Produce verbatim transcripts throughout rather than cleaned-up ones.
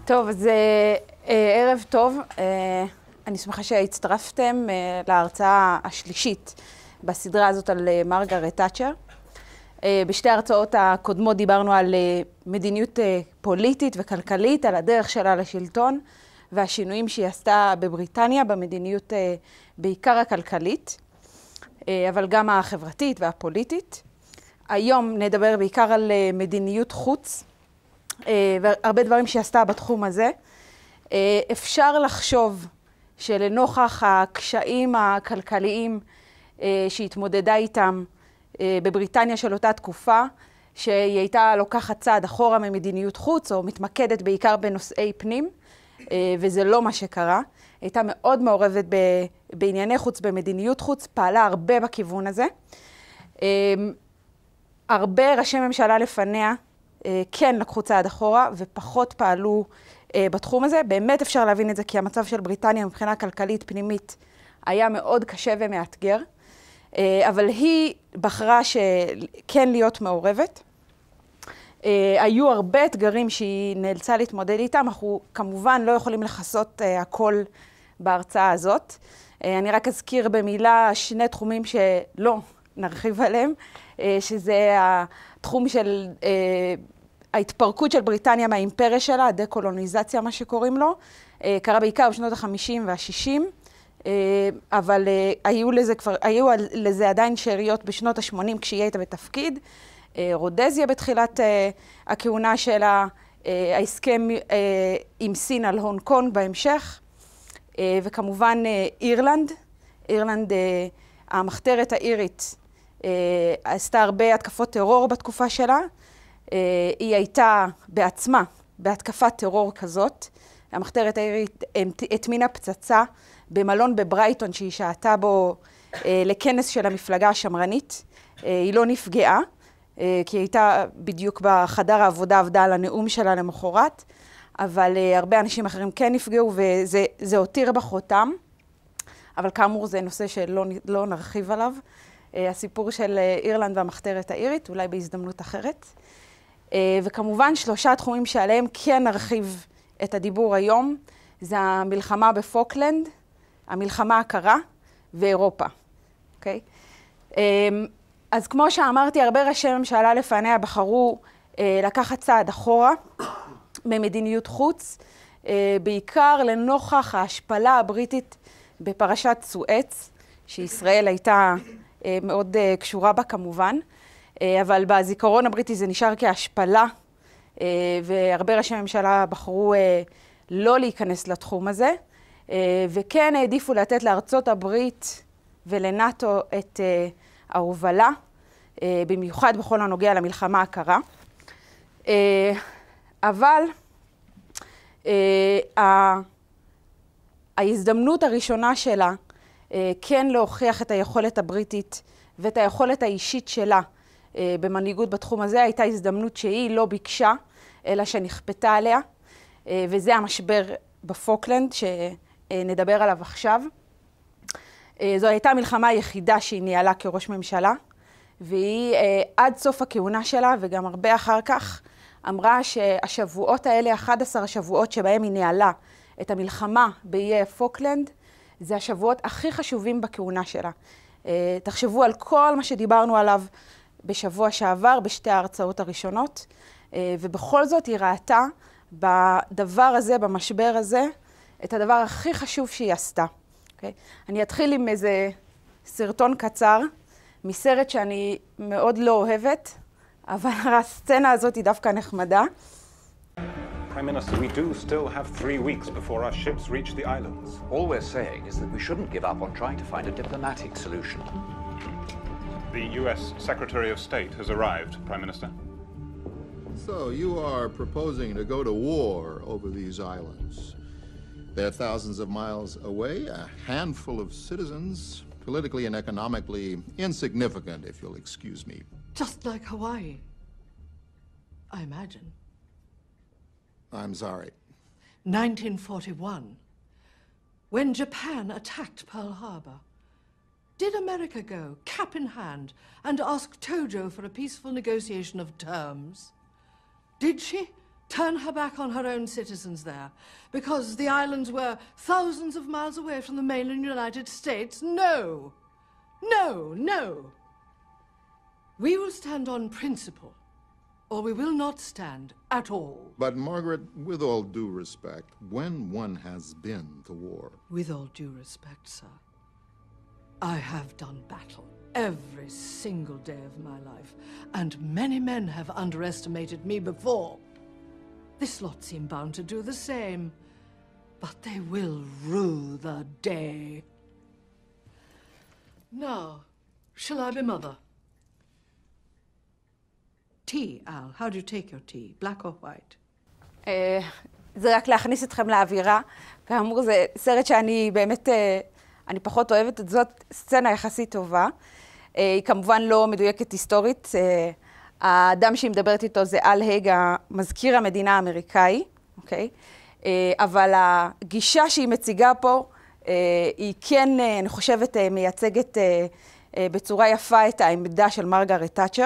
טוב, אז ערב טוב. אני שמחה שהצטרפתם להרצאה השלישית בסדרה הזאת על מרגרט תאצ'ר. בשתי ההרצאות הקודמות דיברנו על מדיניות פוליטית וכלכלית, על הדרך שלה לשלטון והשינויים שהיא עשתה בבריטניה, במדיניות בעיקר הכלכלית, אבל גם החברתית והפוליטית. היום נדבר בעיקר על מדיניות חוץ, והרבה דברים שהיא עשתה בתחום הזה. אפשר לחשוב שלנוכח הקשיים הכלכליים שהתמודדה איתם בבריטניה של אותה תקופה, שהיא הייתה לוקחת צעד אחורה ממדיניות חוץ, או מתמקדת בעיקר בנושאי פנים, וזה לא מה שקרה. הייתה מאוד מעורבת בענייני חוץ, במדיניות חוץ, פעלה הרבה בכיוון הזה. הרבה ראשי ממשלה לפניה כן לקחו צעד אחורה, ופחות פעלו בתחום הזה. באמת אפשר להבין את זה, כי המצב של בריטניה מבחינה כלכלית פנימית היה מאוד קשה ומאתגר. אבל היא בחרה שכן להיות מעורבת. היו הרבה אתגרים שהיא נאלצה להתמודד איתם, אנחנו כמובן לא יכולים לחסות הכל בהרצאה הזאת. אני רק אזכיר במילה שני תחומים שלא נרחיב עליהם, שזה התחום של ההתפרקות של בריטניה מהאימפריה שלה, הדקולוניזציה, מה שקוראים לו, קרה בעיקר בשנות ה-חמישים וה-שישים. אבל היו לזה כבר, היו לזה עדיין שאריות בשנות ה-שמונים כשהיא הייתה בתפקיד. רודזיה בתחילת הכהונה שלה, ההסכם עם סין על הונג קונג בהמשך, וכמובן אירלנד. אירלנד, המחתרת האירית, עשתה הרבה התקפות טרור בתקופה שלה. היא הייתה בעצמה בהתקפת טרור כזאת. המחתרת האירית הטמינה פצצה במלון בברייטון שהיא שעתה בו אה, לכנס של המפלגה השמרנית. אה, היא לא נפגעה, אה, כי היא הייתה בדיוק בחדר העבודה, עבדה על הנאום שלה למחרת, אבל אה, הרבה אנשים אחרים כן נפגעו, וזה הותיר בחותם. אבל כאמור זה נושא שלא לא נרחיב עליו. אה, הסיפור של אירלנד והמחתרת האירית, אולי בהזדמנות אחרת. אה, וכמובן שלושה תחומים שעליהם כן נרחיב את הדיבור היום, זה המלחמה בפוקלנד, המלחמה הקרה ואירופה, אוקיי? אז כמו שאמרתי, הרבה ראשי ממשלה לפניה בחרו לקחת צעד אחורה ממדיניות חוץ, בעיקר לנוכח ההשפלה הבריטית בפרשת סואץ, שישראל הייתה מאוד קשורה בה כמובן, אבל בזיכרון הבריטי זה נשאר כהשפלה, והרבה ראשי ממשלה בחרו לא להיכנס לתחום הזה, וכן העדיפו לתת לארצות הברית ולנאטו את ההובלה, במיוחד בכל הנוגע למלחמה הקרה. אבל ההזדמנות הראשונה שלה כן להוכיח את היכולת הבריטית ואת היכולת האישית שלה במנהיגות בתחום הזה, הייתה הזדמנות שהיא לא ביקשה, אלא שנכפתה עליה, וזה המשבר בפוקלנד שנדבר עליו עכשיו. זו הייתה המלחמה היחידה שהיא ניהלה כראש ממשלה, והיא עד סוף הכהונה שלה וגם הרבה אחר כך אמרה שהשבועות האלה, אחד עשר השבועות שבהם היא ניהלה את המלחמה באיי פוקלנד, זה השבועות הכי חשובים בכהונה שלה. תחשבו על כל מה שדיברנו עליו בשבוע שעבר, בשתי ההרצאות הראשונות, ובכל זאת היא ראתה בדבר הזה, במשבר הזה, את הדבר הכי חשוב שהיא עשתה. Okay? אני אתחיל עם איזה סרטון קצר, מסרט שאני מאוד לא אוהבת, אבל הסצנה הזאת היא דווקא נחמדה. Prime Minister, we do still have three weeks before our ships reach the islands. All we're saying is that we shouldn't give up on trying to find a diplomatic solution. The U S Secretary of State has arrived, Prime Minister. So you are proposing to go to war over these islands. They're thousands of miles away, a handful of citizens, politically and economically insignificant, if you'll excuse me. Just like Hawaii, I imagine. I'm sorry. nineteen forty-one, when Japan attacked Pearl Harbor. Did America go, cap in hand, and ask Tojo for a peaceful negotiation of terms? Did she? turn her back on her own citizens there because the islands were thousands of miles away from the mainland United States? No, no, no. We will stand on principle, or we will not stand at all. But Margaret, with all due respect, when one has been to war... With all due respect, sir, I have done battle every single day of my life, and many men have underestimated me before. This lot seem bound to do the same, but they will rue the day. Now, shall I be mother? Tea, Al. How do you take your tea? Black or white? זה רק להכניס אתכם לאווירה. כאמור, זה סרט שאני באמת, אני פחות אוהבת את זאת, סצנה יחסית טובה. היא כמובן לא מדויקת היסטורית. האדם שהיא מדברת איתו זה אל הייג, מזכיר המדינה האמריקאי, אוקיי? אבל הגישה שהיא מציגה פה, היא כן, אני חושבת, מייצגת בצורה יפה את העמדה של מרגרט תאצ'ר.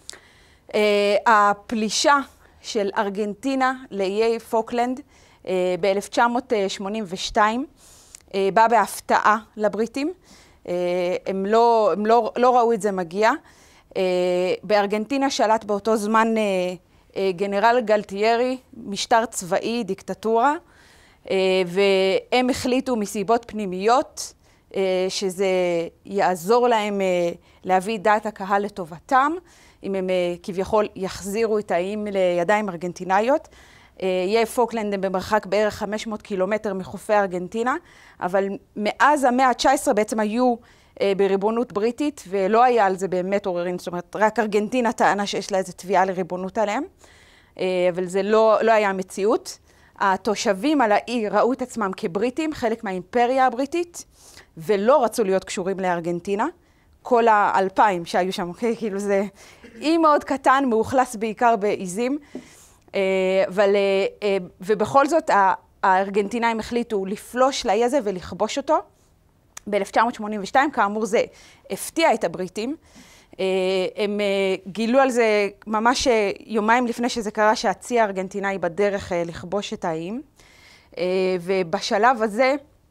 הפלישה של ארגנטינה לאיי פוקלנד ב-אלף תשע מאות שמונים ושתיים באה בהפתעה לבריטים. הם לא, הם לא, לא ראו את זה מגיע. בארגנטינה שלט באותו זמן גנרל גלטיירי, משטר צבאי, דיקטטורה, והם החליטו מסיבות פנימיות שזה יעזור להם להביא דעת הקהל לטובתם, אם הם כביכול יחזירו את האיים לידיים ארגנטינאיות. איי פוקלנד הם במרחק בערך חמש מאות קילומטר מחופי ארגנטינה, אבל מאז המאה ה-תשע עשרה בעצם היו בריבונות בריטית, ולא היה על זה באמת עוררין, זאת אומרת, רק ארגנטינה טענה שיש לה איזו תביעה לריבונות עליהם, אבל זה לא, לא היה המציאות. התושבים על האי ראו את עצמם כבריטים, חלק מהאימפריה הבריטית, ולא רצו להיות קשורים לארגנטינה. כל האלפיים שהיו שם, אוקיי? כאילו זה אי מאוד קטן, מאוכלס בעיקר בעיזים, אבל, ובכל זאת הארגנטינאים החליטו לפלוש לאי הזה ולכבוש אותו. ב-אלף תשע מאות שמונים ושתיים, כאמור זה הפתיע את הבריטים. הם גילו על זה ממש יומיים לפני שזה קרה, שהצי הארגנטינאי בדרך לכבוש את האיים. ובשלב הזה,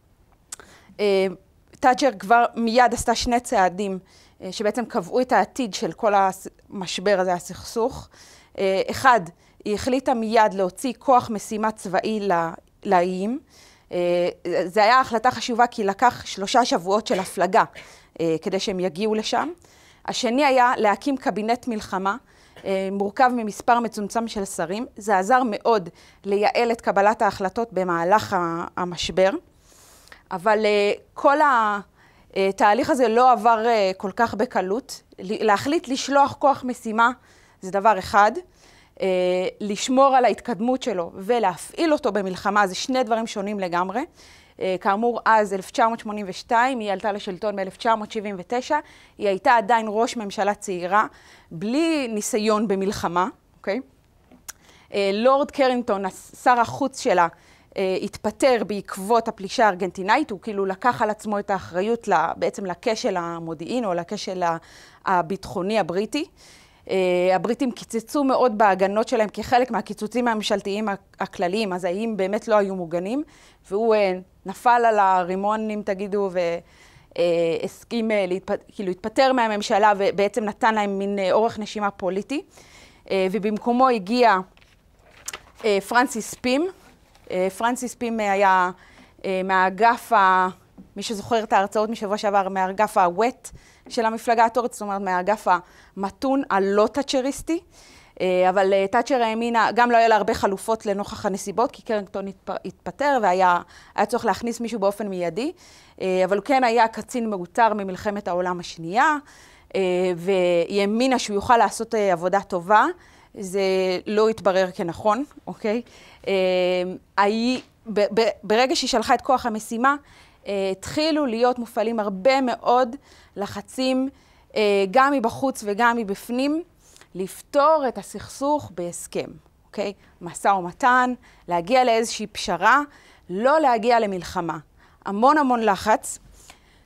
תאצ'ר כבר מיד עשתה שני צעדים שבעצם קבעו את העתיד של כל המשבר הזה, הסכסוך. אחד, היא החליטה מיד להוציא כוח משימה צבאי לאיים. זה היה החלטה חשובה כי לקח שלושה שבועות של הפלגה כדי שהם יגיעו לשם. השני היה להקים קבינט מלחמה מורכב ממספר מצומצם של שרים. זה עזר מאוד לייעל את קבלת ההחלטות במהלך המשבר. אבל כל התהליך הזה לא עבר כל כך בקלות. להחליט לשלוח כוח משימה זה דבר אחד. לשמור על ההתקדמות שלו ולהפעיל אותו במלחמה, זה שני דברים שונים לגמרי. כאמור, אז אלף תשע מאות שמונים ושתיים, היא עלתה לשלטון ב-אלף תשע מאות שבעים ותשע, היא הייתה עדיין ראש ממשלה צעירה, בלי ניסיון במלחמה, אוקיי? לורד קרינגטון, שר החוץ שלה, התפטר בעקבות הפלישה הארגנטינאית, הוא כאילו לקח על עצמו את האחריות בעצם לכשל המודיעין או לכשל הביטחוני הבריטי. הבריטים קיצצו מאוד בהגנות שלהם כחלק מהקיצוצים הממשלתיים הכלליים, אז האיים באמת לא היו מוגנים, והוא נפל על הרימון, אם תגידו, והסכים כאילו להתפטר מהממשלה, ובעצם נתן להם מין אורך נשימה פוליטי, ובמקומו הגיע פרנסיס פים. פרנסיס פים היה מהאגף, מי שזוכר את ההרצאות משבוע שעבר, מהאגף הווט של המפלגה הטורית, זאת אומרת מהאגף המתון, הלא תאצ'ריסטי, אבל תאצ'ר האמינה, גם לא היה לה הרבה חלופות לנוכח הנסיבות, כי קרינגטון התפטר והיה צורך להכניס מישהו באופן מיידי, אבל הוא כן היה קצין מעוטר ממלחמת העולם השנייה, והיא האמינה שהוא יוכל לעשות עבודה טובה, זה לא התברר כנכון, אוקיי? ברגע שהיא שלחה את כוח המשימה, התחילו להיות מופעלים הרבה מאוד לחצים, גם מבחוץ וגם מבפנים, לפתור את הסכסוך בהסכם, אוקיי? משא ומתן, להגיע לאיזושהי פשרה, לא להגיע למלחמה. המון המון לחץ.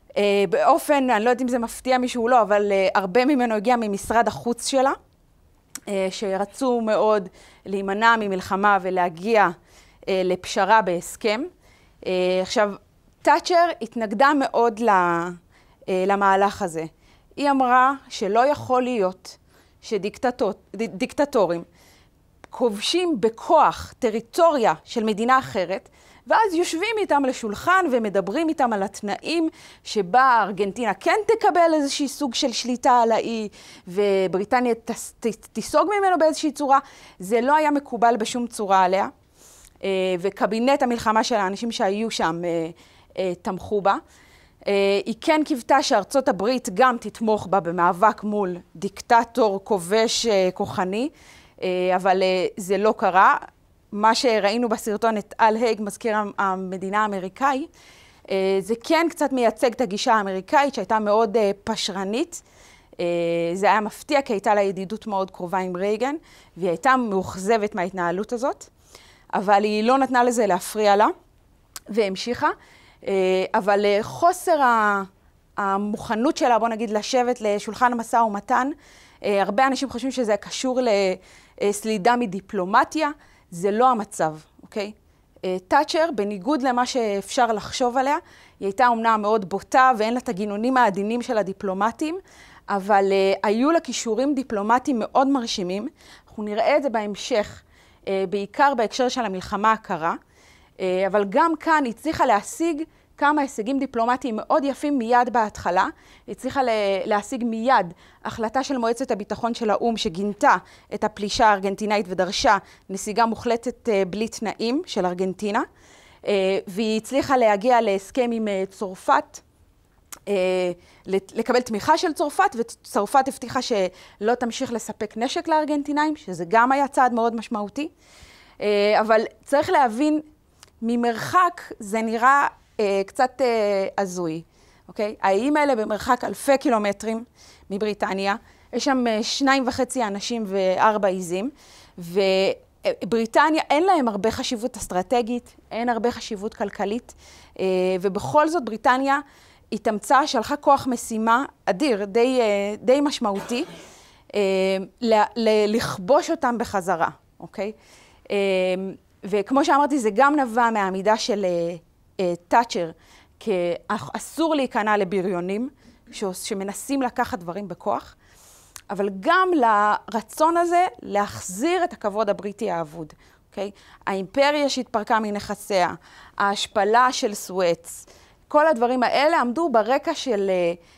באופן, אני לא יודעת אם זה מפתיע מישהו או לא, אבל הרבה ממנו הגיע ממשרד החוץ שלה. שרצו מאוד להימנע ממלחמה ולהגיע לפשרה בהסכם. עכשיו, תאצ'ר התנגדה מאוד למהלך הזה. היא אמרה שלא יכול להיות שדיקטטורים כובשים בכוח טריטוריה של מדינה אחרת, ואז יושבים איתם לשולחן ומדברים איתם על התנאים שבה ארגנטינה כן תקבל איזושהי סוג של שליטה על האי, ובריטניה תיסוג ממנו באיזושהי צורה. זה לא היה מקובל בשום צורה עליה, וקבינט המלחמה של האנשים שהיו שם תמכו בה. היא כן קיוותה שארצות הברית גם תתמוך בה במאבק מול דיקטטור כובש כוחני, אבל זה לא קרה. מה שראינו בסרטון את אל הייג, מזכיר המדינה האמריקאי, זה כן קצת מייצג את הגישה האמריקאית שהייתה מאוד פשרנית. זה היה מפתיע כי הייתה לה ידידות מאוד קרובה עם רייגן, והיא הייתה מאוכזבת מההתנהלות הזאת, אבל היא לא נתנה לזה להפריע לה והמשיכה. אבל חוסר המוכנות שלה, בוא נגיד, לשבת לשולחן המשא ומתן, הרבה אנשים חושבים שזה קשור לסלידה מדיפלומטיה. זה לא המצב, אוקיי? תאצ'ר, בניגוד למה שאפשר לחשוב עליה, היא הייתה אומנם מאוד בוטה ואין לה את הגינונים העדינים של הדיפלומטים, אבל uh, היו לה כישורים דיפלומטיים מאוד מרשימים. אנחנו נראה את זה בהמשך, uh, בעיקר בהקשר של המלחמה הקרה, uh, אבל גם כאן היא הצליחה להשיג כמה הישגים דיפלומטיים מאוד יפים מיד בהתחלה. היא הצליחה להשיג מיד החלטה של מועצת הביטחון של האום שגינתה את הפלישה הארגנטינאית ודרשה נסיגה מוחלטת בלי תנאים של ארגנטינה. והיא הצליחה להגיע להסכם עם צרפת, לקבל תמיכה של צרפת, וצרפת הבטיחה שלא תמשיך לספק נשק לארגנטינאים, שזה גם היה צעד מאוד משמעותי. אבל צריך להבין, ממרחק זה נראה קצת הזוי, אוקיי? האיים האלה במרחק אלפי קילומטרים מבריטניה, יש שם שניים וחצי אנשים וארבע עיזים, ובריטניה אין להם הרבה חשיבות אסטרטגית, אין הרבה חשיבות כלכלית, ובכל זאת בריטניה התאמצה, שלחה כוח משימה אדיר, די, די משמעותי, לכבוש אותם בחזרה, אוקיי? וכמו שאמרתי, זה גם נבע מהעמידה של תאצ'ר, כי אסור להיכנע לבריונים שמנסים לקחת דברים בכוח, אבל גם לרצון הזה להחזיר את הכבוד הבריטי האבוד. אוקיי? האימפריה שהתפרקה מנכסיה, ההשפלה של סואץ, כל הדברים האלה עמדו ברקע של,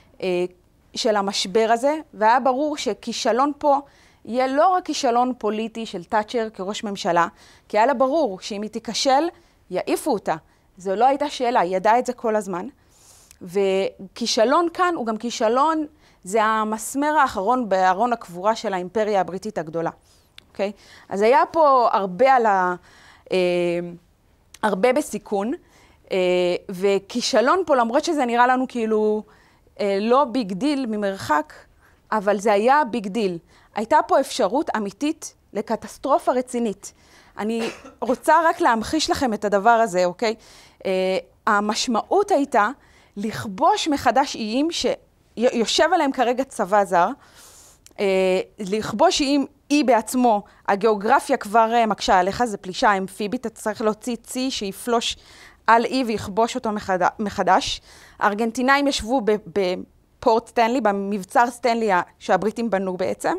של המשבר הזה, והיה ברור שכישלון פה יהיה לא רק כישלון פוליטי של תאצ'ר כראש ממשלה, כי היה לה ברור שאם היא תיכשל, יעיפו אותה. זו לא הייתה שאלה, היא ידעה את זה כל הזמן. וכישלון כאן הוא גם כישלון, זה המסמר האחרון בארון הקבורה של האימפריה הבריטית הגדולה. אוקיי? אז היה פה הרבה על ה... אה, הרבה בסיכון, אה, וכישלון פה, למרות שזה נראה לנו כאילו אה, לא ביג דיל ממרחק, אבל זה היה ביג דיל. הייתה פה אפשרות אמיתית לקטסטרופה רצינית. אני רוצה רק להמחיש לכם את הדבר הזה, אוקיי? Uh, המשמעות הייתה לכבוש מחדש איים שיושב עליהם כרגע צבא זר, uh, לכבוש איים אי בעצמו, הגיאוגרפיה כבר uh, מקשה עליך, זה פלישה אמפיבית, אתה צריך להוציא צי שיפלוש על אי ויכבוש אותו מחד... מחדש. הארגנטינאים ישבו בפורט סטנלי, במבצר סטנלי שהבריטים בנו בעצם,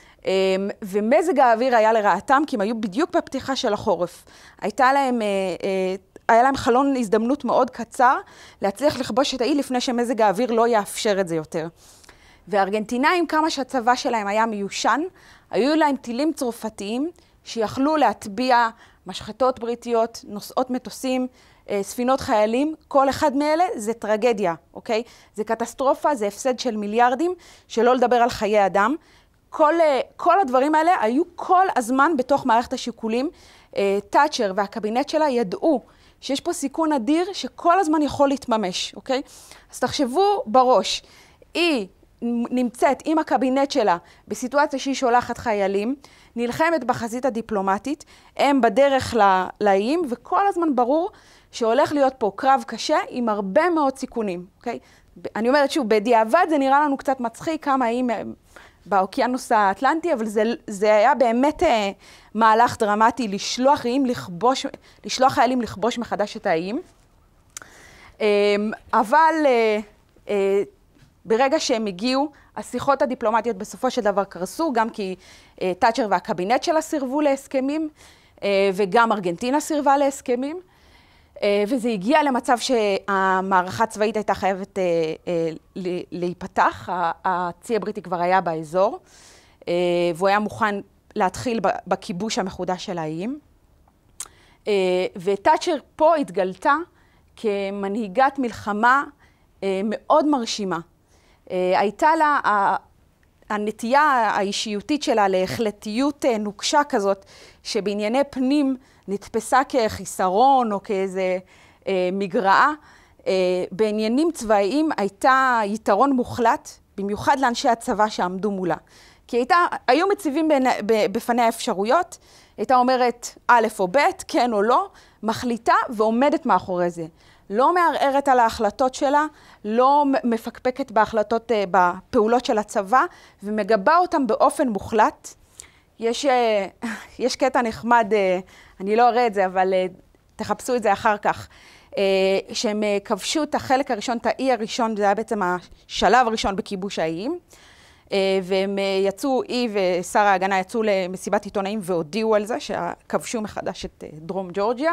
ומזג האוויר היה לרעתם, כי הם היו בדיוק בפתיחה של החורף. הייתה להם, היה להם חלון הזדמנות מאוד קצר להצליח לכבוש את האי לפני שמזג האוויר לא יאפשר את זה יותר. והארגנטינאים, כמה שהצבא שלהם היה מיושן, היו להם טילים צרפתיים שיכלו להטביע משחטות בריטיות, נוסעות מטוסים, ספינות חיילים, כל אחד מאלה זה טרגדיה, אוקיי? זה קטסטרופה, זה הפסד של מיליארדים, שלא לדבר על חיי אדם. כל, כל הדברים האלה היו כל הזמן בתוך מערכת השיקולים. תאצ'ר והקבינט שלה ידעו שיש פה סיכון אדיר שכל הזמן יכול להתממש, אוקיי? אז תחשבו בראש, היא נמצאת עם הקבינט שלה בסיטואציה שהיא שולחת חיילים, נלחמת בחזית הדיפלומטית, הם בדרך לאיים, וכל הזמן ברור שהולך להיות פה קרב קשה עם הרבה מאוד סיכונים, אוקיי? אני אומרת שוב, בדיעבד זה נראה לנו קצת מצחיק כמה האיים באוקיינוס האטלנטי, אבל זה, זה היה באמת אה, מהלך דרמטי לשלוח חיילים לכבוש, לשלוח חיילים לכבוש מחדש את האיים. אה, אבל אה, אה, ברגע שהם הגיעו, השיחות הדיפלומטיות בסופו של דבר קרסו, גם כי אה, תאצ'ר והקבינט שלה סירבו להסכמים, אה, וגם ארגנטינה סירבה להסכמים. וזה הגיע למצב שהמערכה הצבאית הייתה חייבת להיפתח, הצי הבריטי כבר היה באזור, והוא היה מוכן להתחיל בכיבוש המחודש של האיים. ותאצ'ר פה התגלתה כמנהיגת מלחמה מאוד מרשימה. הייתה לה, הנטייה האישיותית שלה להחלטיות נוקשה כזאת, שבענייני פנים נתפסה כחיסרון או כאיזה אה, מגרעה, אה, בעניינים צבאיים הייתה יתרון מוחלט, במיוחד לאנשי הצבא שעמדו מולה. כי הייתה, היו מציבים בין, בפניה אפשרויות, הייתה אומרת א' או ב', כן או לא, מחליטה ועומדת מאחורי זה. לא מערערת על ההחלטות שלה, לא מפקפקת בהחלטות, אה, בפעולות של הצבא, ומגבה אותם באופן מוחלט. יש, אה, יש קטע נחמד, אה, אני לא אראה את זה, אבל uh, תחפשו את זה אחר כך, uh, שהם uh, כבשו את החלק הראשון, את האי הראשון, זה היה בעצם השלב הראשון בכיבוש האיים, uh, והם uh, יצאו, היא ושר ההגנה יצאו למסיבת עיתונאים והודיעו על זה, שכבשו מחדש את uh, דרום ג'ורג'יה,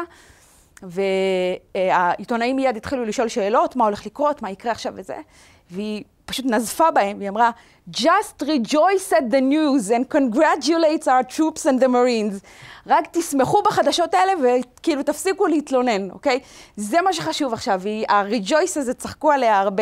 והעיתונאים מיד התחילו לשאול שאלות, מה הולך לקרות, מה יקרה עכשיו וזה, והיא פשוט נזפה בהם, והיא אמרה, just rejoice at the news and congratulate our troops and the marines. רק תשמחו בחדשות האלה וכאילו תפסיקו להתלונן, אוקיי? זה מה שחשוב עכשיו, ה-rejoice הזה, צחקו עליה הרבה.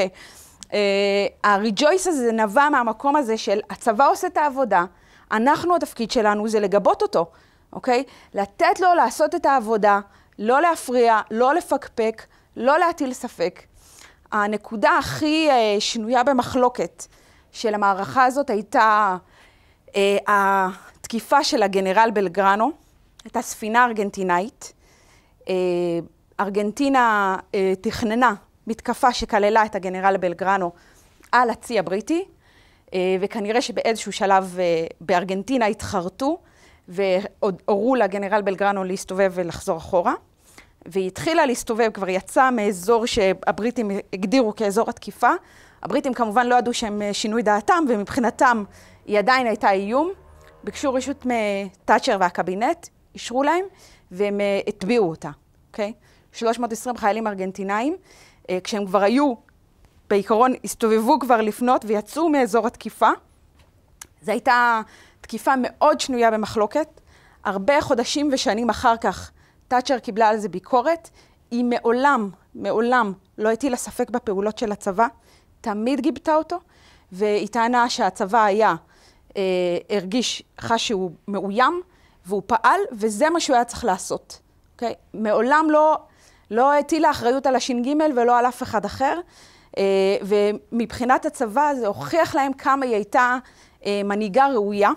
ה-rejoice הזה נבע מהמקום הזה של הצבא עושה את העבודה, אנחנו, התפקיד שלנו זה לגבות אותו, אוקיי? לתת לו לעשות את העבודה, לא להפריע, לא לפקפק, לא להטיל ספק. הנקודה הכי אה, שנויה במחלוקת של המערכה הזאת הייתה אה, התקיפה של הגנרל בלגרנו, הייתה ספינה ארגנטינאית. אה, ארגנטינה אה, תכננה מתקפה שכללה את הגנרל בלגרנו על הצי הבריטי, אה, וכנראה שבאיזשהו שלב אה, בארגנטינה התחרטו, והורו לגנרל בלגרנו להסתובב ולחזור אחורה. והיא התחילה להסתובב, כבר יצאה מאזור שהבריטים הגדירו כאזור התקיפה. הבריטים כמובן לא ידעו שהם שינוי דעתם, ומבחינתם היא עדיין הייתה איום. ביקשו רשות מתאצ'ר והקבינט, אישרו להם, והם הטביעו אותה, אוקיי? שלוש מאות ועשרים חיילים ארגנטינאים, כשהם כבר היו, בעיקרון הסתובבו כבר לפנות ויצאו מאזור התקיפה. זו הייתה תקיפה מאוד שנויה במחלוקת. הרבה חודשים ושנים אחר כך, תאצ'ר קיבלה על זה ביקורת, היא מעולם, מעולם לא הטילה ספק בפעולות של הצבא, תמיד גיבתה אותו, והיא טענה שהצבא היה, אה, הרגיש, חש שהוא מאוים, והוא פעל, וזה מה שהוא היה צריך לעשות. אוקיי? מעולם לא, לא הטילה אחריות על הש"ג ולא על אף אחד אחר, אה, ומבחינת הצבא זה הוכיח להם כמה היא הייתה אה, מנהיגה ראויה.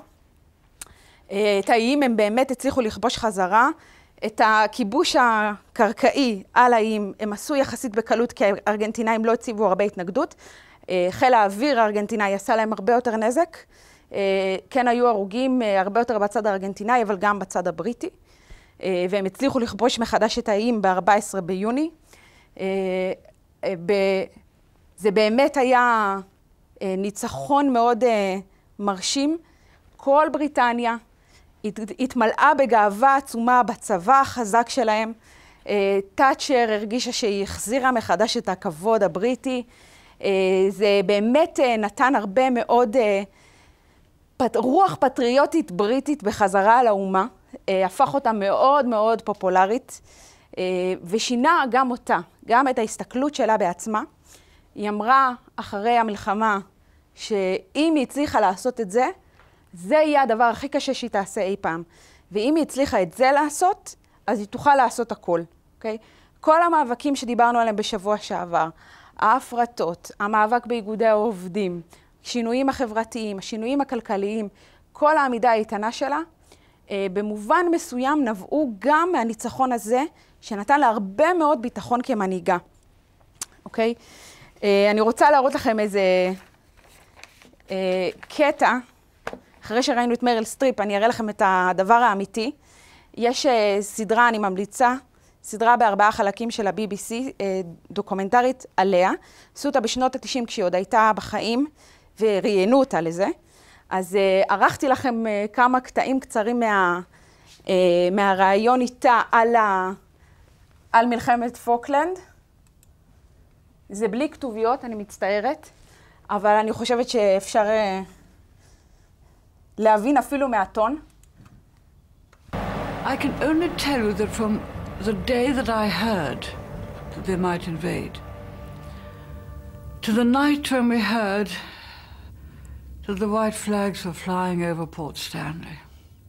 אה, את האיים הם באמת הצליחו לכבוש חזרה, את הכיבוש הקרקעי על האיים הם עשו יחסית בקלות, כי הארגנטינאים לא הציבו הרבה התנגדות. חיל האוויר הארגנטינאי עשה להם הרבה יותר נזק. כן היו הרוגים הרבה יותר בצד הארגנטינאי, אבל גם בצד הבריטי. והם הצליחו לכבוש מחדש את האיים ב-ארבעה עשר ביוני. זה באמת היה ניצחון מאוד מרשים. כל בריטניה התמלאה בגאווה עצומה בצבא החזק שלהם. תאצ'ר הרגישה שהיא החזירה מחדש את הכבוד הבריטי. זה באמת נתן הרבה מאוד רוח פטריוטית בריטית בחזרה על האומה. הפך אותה מאוד מאוד פופולרית, ושינה גם אותה, גם את ההסתכלות שלה בעצמה. היא אמרה אחרי המלחמה שאם היא הצליחה לעשות את זה, זה יהיה הדבר הכי קשה שהיא תעשה אי פעם. ואם היא הצליחה את זה לעשות, אז היא תוכל לעשות הכל. אוקיי? כל המאבקים שדיברנו עליהם בשבוע שעבר, ההפרטות, המאבק באיגודי העובדים, השינויים החברתיים, השינויים הכלכליים, כל העמידה האיתנה שלה, במובן מסוים נבעו גם מהניצחון הזה, שנתן לה הרבה מאוד ביטחון כמנהיגה. אוקיי? אני רוצה להראות לכם איזה קטע אחרי שראינו את מריל סטריפ, אני אראה לכם את הדבר האמיתי. יש סדרה, אני ממליצה, סדרה בארבעה חלקים של ה-בי בי סי, דוקומנטרית עליה. עשו אותה בשנות ה-תשעים כשהיא עוד הייתה בחיים, וראיינו אותה לזה. אז ערכתי לכם כמה קטעים קצרים מה, מהרעיון איתה על, ה, על מלחמת פוקלנד. זה בלי כתוביות, אני מצטערת, אבל אני חושבת שאפשר להבין אפילו מהטון. I can only tell you that from the day that I heard that they might invade, to the night when we heard that the white flags were flying over Port Stanley,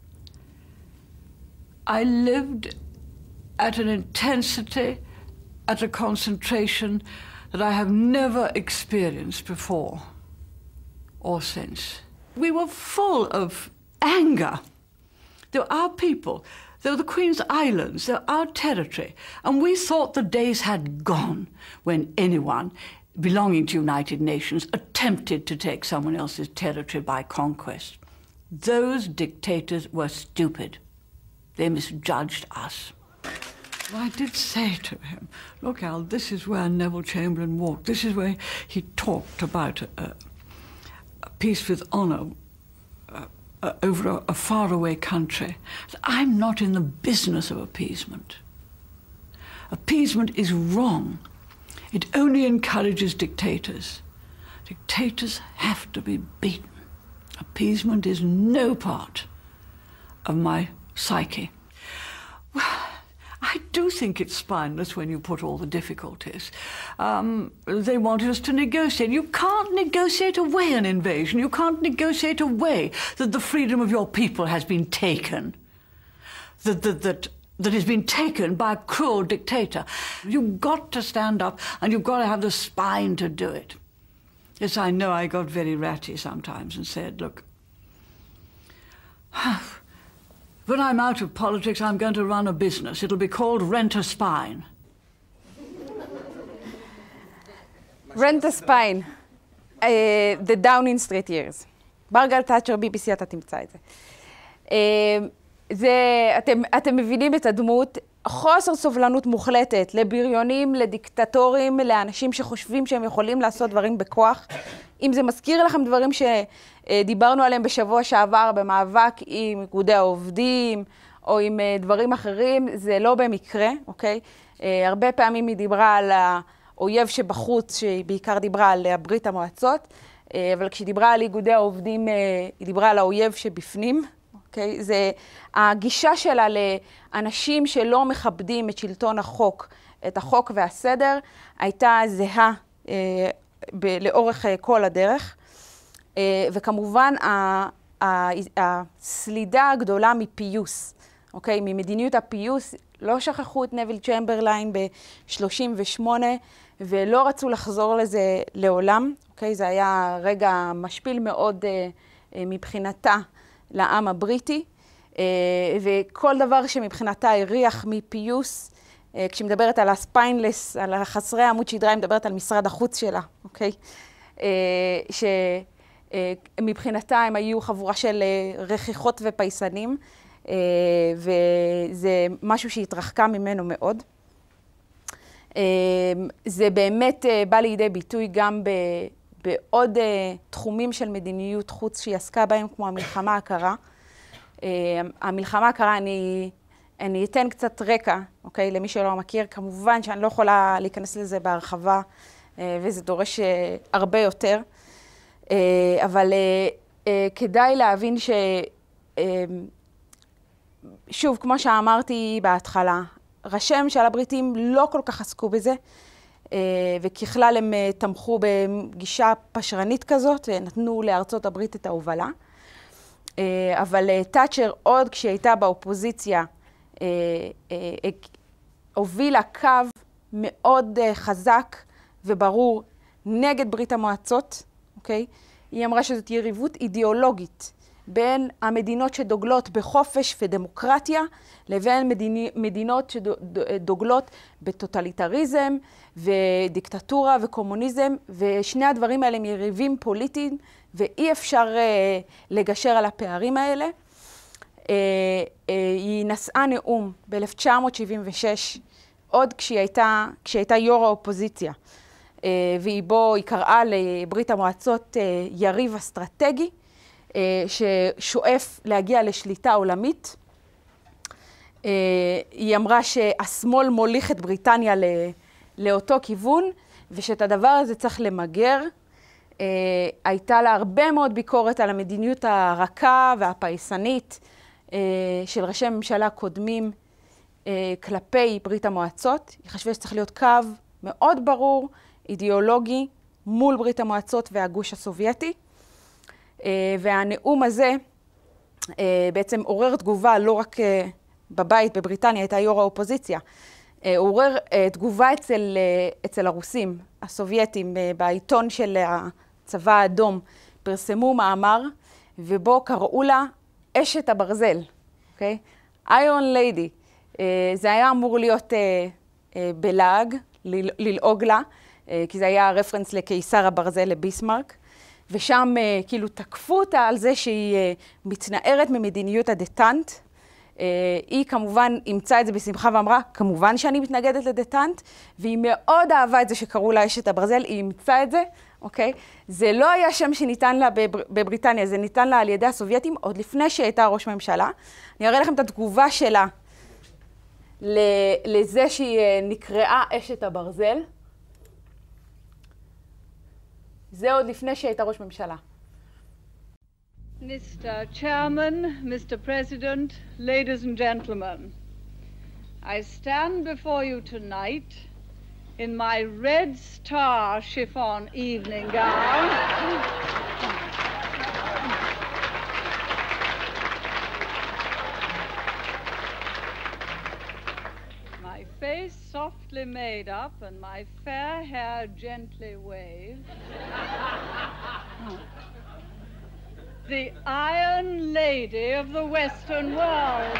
I lived at an intensity, at a concentration that I have never experienced before or since. We were full of anger. They were our people. They were the Queen's Islands. They were our territory. And we thought the days had gone when anyone belonging to United Nations attempted to take someone else's territory by conquest. Those dictators were stupid. They misjudged us. I did say to him, look, Al, this is where Neville Chamberlain walked. This is where he talked about a, a peace with honour uh, uh, over a, a faraway country. I'm not in the business of appeasement. Appeasement is wrong. It only encourages dictators. Dictators have to be beaten. Appeasement is no part of my psyche. Well, I do think it's spineless when you put all the difficulties. Um, they wanted us to negotiate. You can't negotiate away an invasion. You can't negotiate away that the freedom of your people has been taken. That, that, that, that has been taken by a cruel dictator. You've got to stand up and you've got to have the spine to do it. Yes, I know I got very ratty sometimes and said, look, when I'm out of politics, I'm going to run a business. It'll be called Rent a Spine. Rent a Spine. Uh, the Downing Street Years. ברגל תאצ'ר, בי בי סי, אתה תמצא את זה. Uh, זה, אתם, אתם מבינים את הדמות, חוסר סובלנות מוחלטת לבריונים, לדיקטטורים, לאנשים שחושבים שהם יכולים לעשות דברים בכוח. אם זה מזכיר לכם דברים שדיברנו עליהם בשבוע שעבר במאבק עם איגודי העובדים, או עם דברים אחרים, זה לא במקרה, אוקיי? הרבה פעמים היא דיברה על האויב שבחוץ, שהיא בעיקר דיברה על ברית המועצות, אבל כשהיא דיברה על איגודי העובדים, היא דיברה על האויב שבפנים, אוקיי? זה הגישה שלה לאנשים שלא מכבדים את שלטון החוק, את החוק והסדר, הייתה זהה ב- לאורך כל הדרך. וכמובן, הסלידה הגדולה מפיוס, אוקיי? ממדיניות הפיוס, לא שכחו את נביל צ'מברליין ב-שלושים ושמונה, ולא רצו לחזור לזה לעולם, אוקיי? זה היה רגע משפיל מאוד מבחינתה לעם הבריטי, וכל דבר שמבחינתה הריח מפיוס, כשהיא מדברת על הספיינלס, על החסרי עמוד שדרה, היא מדברת על משרד החוץ שלה, אוקיי? שמבחינתה הם היו חבורה של רכיחות ופייסנים, וזה משהו שהתרחקה ממנו מאוד. זה באמת בא לידי ביטוי גם בעוד תחומים של מדיניות חוץ שהיא עסקה בהם, כמו המלחמה הקרה. המלחמה הקרה, אני... אני אתן קצת רקע, אוקיי, למי שלא מכיר. כמובן שאני לא יכולה להיכנס לזה בהרחבה, וזה דורש הרבה יותר. אבל כדאי להבין ש... שוב, כמו שאמרתי בהתחלה, ראשי הממשל הבריטים לא כל כך עסקו בזה, וככלל הם תמכו בגישה פשרנית כזאת, ונתנו לארצות הברית את ההובלה. אבל תאצ'ר, עוד כשהיא הייתה באופוזיציה, הובילה קו מאוד חזק וברור נגד ברית המועצות, אוקיי? היא אמרה שזאת יריבות אידיאולוגית בין המדינות שדוגלות בחופש ודמוקרטיה, לבין מדיני, מדינות שדוגלות בטוטליטריזם ודיקטטורה וקומוניזם, ושני הדברים האלה הם יריבים פוליטיים ואי אפשר אה, לגשר על הפערים האלה. אה, אה, היא נשאה נאום ב-אלף תשע מאות שבעים ושש, עוד כשהיא הייתה, כשהיא הייתה יו"ר האופוזיציה, אה, והיא בו, היא קראה לברית המועצות אה, יריב אסטרטגי, אה, ששואף להגיע לשליטה עולמית. אה, היא אמרה שהשמאל מוליך את בריטניה ל, לאותו כיוון, ושאת הדבר הזה צריך למגר. Uh, הייתה לה הרבה מאוד ביקורת על המדיניות הרכה והפייסנית uh, של ראשי ממשלה קודמים uh, כלפי ברית המועצות. היא חשבה שצריך להיות קו מאוד ברור, אידיאולוגי, מול ברית המועצות והגוש הסובייטי. Uh, והנאום הזה uh, בעצם עורר תגובה לא רק uh, בבית בבריטניה, הייתה יו"ר האופוזיציה, uh, עורר uh, תגובה אצל, uh, אצל הרוסים, הסובייטים, uh, בעיתון של הצבא האדום, פרסמו מאמר, ובו קראו לה אשת הברזל, אוקיי? אירון ליידי. זה היה אמור להיות uh, uh, בלעג, ל- ללעוג לה, uh, כי זה היה רפרנס לקיסר הברזל, לביסמרק, ושם uh, כאילו תקפו אותה על זה שהיא uh, מתנערת ממדיניות הדטנט. Uh, היא כמובן אימצה את זה בשמחה ואמרה, כמובן שאני מתנגדת לדטנט, והיא מאוד אהבה את זה שקראו לה אשת הברזל, היא אימצה את זה, אוקיי? זה לא היה שם שניתן לה בבר... בבריטניה, זה ניתן לה על ידי הסובייטים, עוד לפני שהייתה ראש ממשלה. אני אראה לכם את התגובה שלה ל... לזה שהיא נקראה אשת הברזל. זה עוד לפני שהייתה ראש ממשלה. Mister Chairman, Mister President, ladies and gentlemen, I stand before you tonight in my red star chiffon evening gown, my face softly made up and my fair hair gently waved. The Iron Lady of the Western world.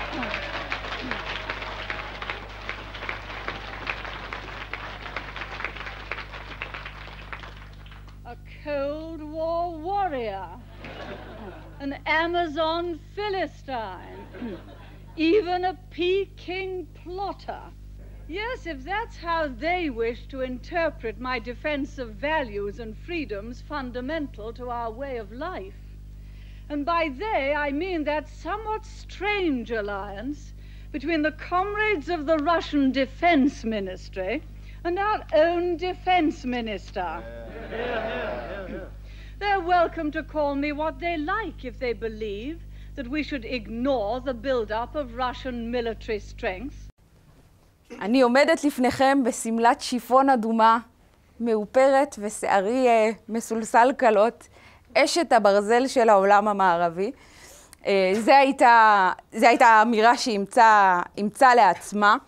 A Cold War warrior, an Amazon Philistine, even a Peking plotter. Yes, if that's how they wish to interpret my defense of values and freedoms fundamental to our way of life. And by they, I mean that somewhat strange alliance between the comrades of the Russian Defense Ministry and our own Defense Minister. Yeah. Yeah, yeah, yeah. They're welcome to call me what they like if they believe that we should ignore the build-up of Russian military strength. אני עומדת לפניכם בסמלת שיפון אדומה, מאופרת ושערי מסולסל קלות, אשת הברזל של העולם המערבי. זה הייתה, זה הייתה האמירה שהיא אימצה, אימצה לעצמה.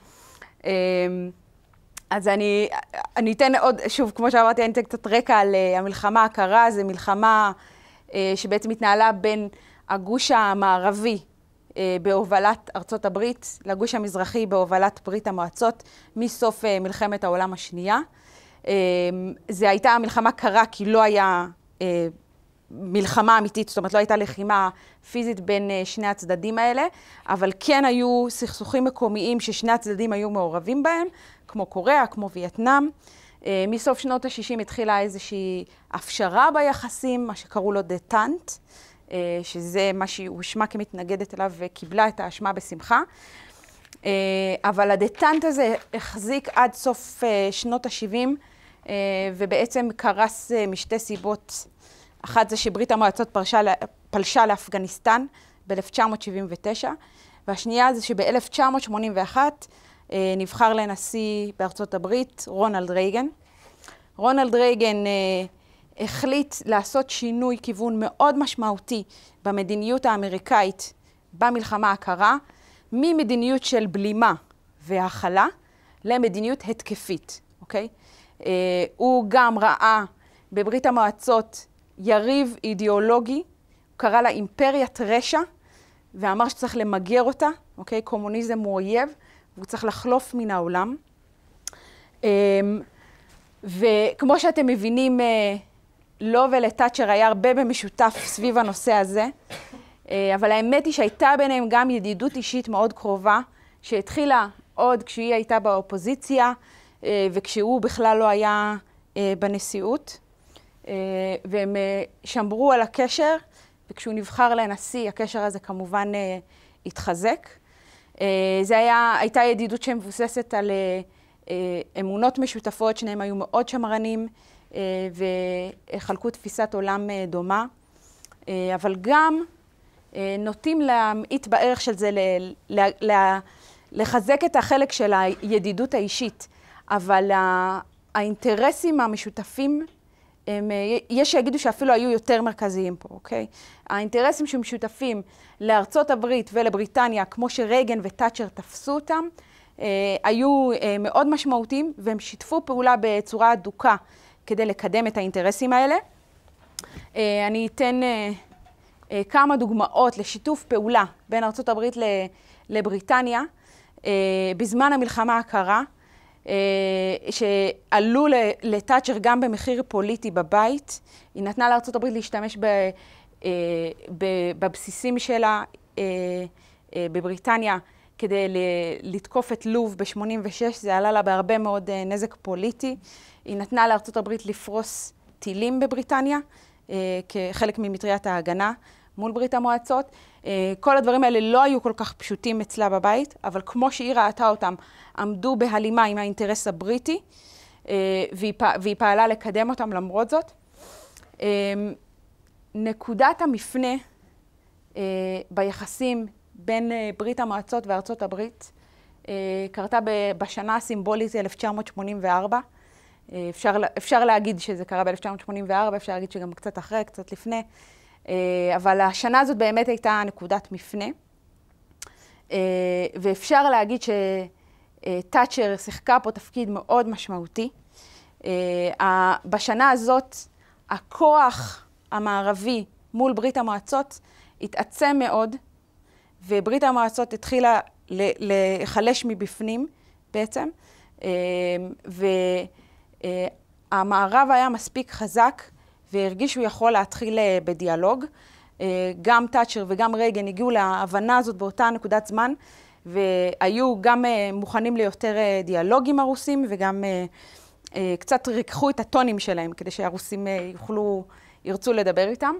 אז אני, אני אתן עוד, שוב, כמו שאמרתי, אני אתן קצת רקע על המלחמה הקרה. זו מלחמה שבעצם התנהלה בין הגוש המערבי בהובלת ארצות הברית, לגוש המזרחי בהובלת ברית המועצות, מסוף מלחמת העולם השנייה. זה הייתה מלחמה קרה כי לא היה מלחמה אמיתית, זאת אומרת, לא הייתה לחימה פיזית בין שני הצדדים האלה, אבל כן היו סכסוכים מקומיים ששני הצדדים היו מעורבים בהם, כמו קוריאה, כמו וייטנאם. מסוף שנות ה-שישים התחילה איזושהי הפשרה ביחסים, מה שקראו לו דטנט, שזה מה שהיא הושמה כמתנגדת אליו וקיבלה את האשמה בשמחה. אבל הדטנט הזה החזיק עד סוף שנות ה-שבעים, ובעצם קרס משתי סיבות. אחת זה שברית המועצות פלשה, פלשה לאפגניסטן ב-אלף תשע מאות שבעים ותשע, והשנייה זה שב-אלף תשע מאות שמונים ואחת נבחר לנשיא בארצות הברית רונלד רייגן. רונלד רייגן החליט לעשות שינוי כיוון מאוד משמעותי במדיניות האמריקאית במלחמה הקרה, ממדיניות של בלימה והכלה למדיניות התקפית, אוקיי? הוא גם ראה בברית המועצות יריב אידיאולוגי, הוא קרא לה אימפריית רשע, ואמר שצריך למגר אותה, אוקיי? קומוניזם הוא אויב, והוא צריך לחלוף מן העולם. וכמו שאתם מבינים לו ולתאצ'ר היה הרבה במשותף סביב הנושא הזה, אבל האמת היא שהייתה ביניהם גם ידידות אישית מאוד קרובה, שהתחילה עוד כשהיא הייתה באופוזיציה, וכשהוא בכלל לא היה בנשיאות, והם שמרו על הקשר, וכשהוא נבחר לנשיא, הקשר הזה כמובן התחזק. זה היה, הייתה ידידות שמבוססת על אמונות משותפות, שניהם היו מאוד שמרנים, וחלקו תפיסת עולם דומה, אבל גם נוטים להמעיט בערך של זה, לחזק את החלק של הידידות האישית, אבל האינטרסים המשותפים, הם, יש שיגידו שאפילו היו יותר מרכזיים פה, אוקיי? האינטרסים שמשותפים לארצות הברית ולבריטניה, כמו שרייגן ותאצ'ר תפסו אותם, היו מאוד משמעותיים, והם שיתפו פעולה בצורה אדוקה כדי לקדם את האינטרסים האלה. אני אתן כמה דוגמאות לשיתוף פעולה בין ארצות הברית לבריטניה, בזמן המלחמה הקרה, שעלו לתאצ'ר גם במחיר פוליטי בבית. היא נתנה לארצות הברית להשתמש בבסיסים שלה בבריטניה כדי לתקוף את לוב ב-שמונים ושש, זה עלה לה בהרבה מאוד נזק פוליטי. היא נתנה לארצות הברית לפרוס טילים בבריטניה, כחלק ממטריית ההגנה מול ברית המועצות. כל הדברים האלה לא היו כל כך פשוטים אצלה בבית, אבל כמו שהיא ראתה אותם, עמדו בהלימה עם האינטרס הבריטי, והיא פעלה לקדם אותם למרות זאת. נקודת המפנה ביחסים בין ברית המועצות וארצות הברית קרתה בשנה הסימבולית אלף תשע מאות שמונים וארבע. אפשר, אפשר להגיד שזה קרה ב-אלף תשע מאות שמונים וארבע, אפשר להגיד שגם קצת אחרי, קצת לפני, אבל השנה הזאת באמת הייתה נקודת מפנה, ואפשר להגיד שתאצ'ר שיחקה פה תפקיד מאוד משמעותי. בשנה הזאת הכוח המערבי מול ברית המועצות התעצם מאוד, וברית המועצות התחילה לחלש מבפנים בעצם, והמערב היה מספיק חזק והרגיש שהוא יכול להתחיל בדיאלוג. גם תאצ'ר וגם רייגן הגיעו להבנה הזאת באותה נקודת זמן, והיו גם מוכנים ליותר דיאלוג עם הרוסים, וגם קצת ריככו את הטונים שלהם כדי שהרוסים יוכלו, ירצו לדבר איתם.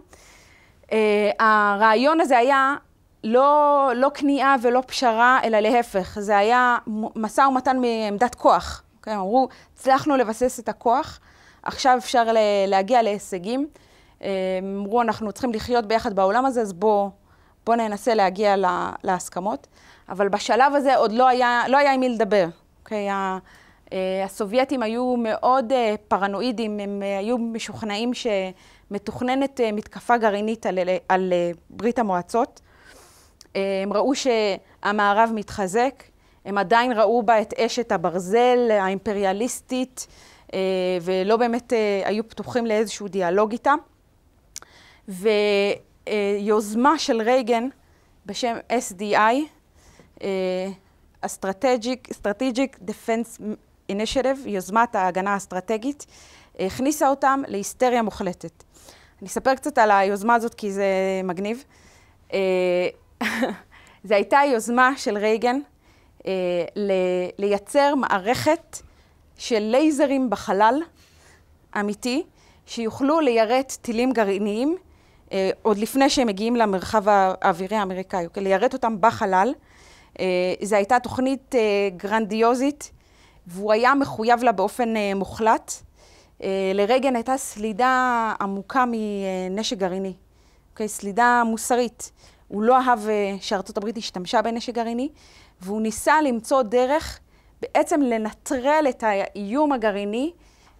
הרעיון הזה היה לא, לא כניעה ולא פשרה, אלא להפך. זה היה משא ומתן מעמדת כוח. Okay, אמרו, הצלחנו לבסס את הכוח, עכשיו אפשר להגיע להישגים. אמרו, אנחנו צריכים לחיות ביחד בעולם הזה, אז בוא, בוא ננסה להגיע להסכמות. אבל בשלב הזה עוד לא היה, לא היה עם מי לדבר. Okay, הסובייטים היו מאוד פרנואידים, הם היו משוכנעים שמתוכננת מתקפה גרעינית על, על ברית המועצות. הם ראו שהמערב מתחזק, הם עדיין ראו בה את אשת הברזל האימפריאליסטית, ולא באמת היו פתוחים לאיזשהו דיאלוג איתה. ויוזמה של רייגן בשם אס די איי, Strategic, Strategic Defense Initiative, יוזמת ההגנה האסטרטגית, הכניסה אותם להיסטריה מוחלטת. אני אספר קצת על היוזמה הזאת כי זה מגניב. זו הייתה יוזמה של רייגן לייצר מערכת של לייזרים בחלל אמיתי, שיוכלו ליירט טילים גרעיניים, עוד לפני שהם מגיעים למרחב האווירי האמריקאי, ליירט אותם בחלל. זו הייתה תוכנית גרנדיוזית, והוא היה מחויב לה באופן מוחלט. לרייגן הייתה סלידה עמוקה מנשק גרעיני, סלידה מוסרית. הוא לא אהב שארצות הברית השתמשה בנשק גרעיני, והוא ניסה למצוא דרך בעצם לנטרל את האיום הגרעיני,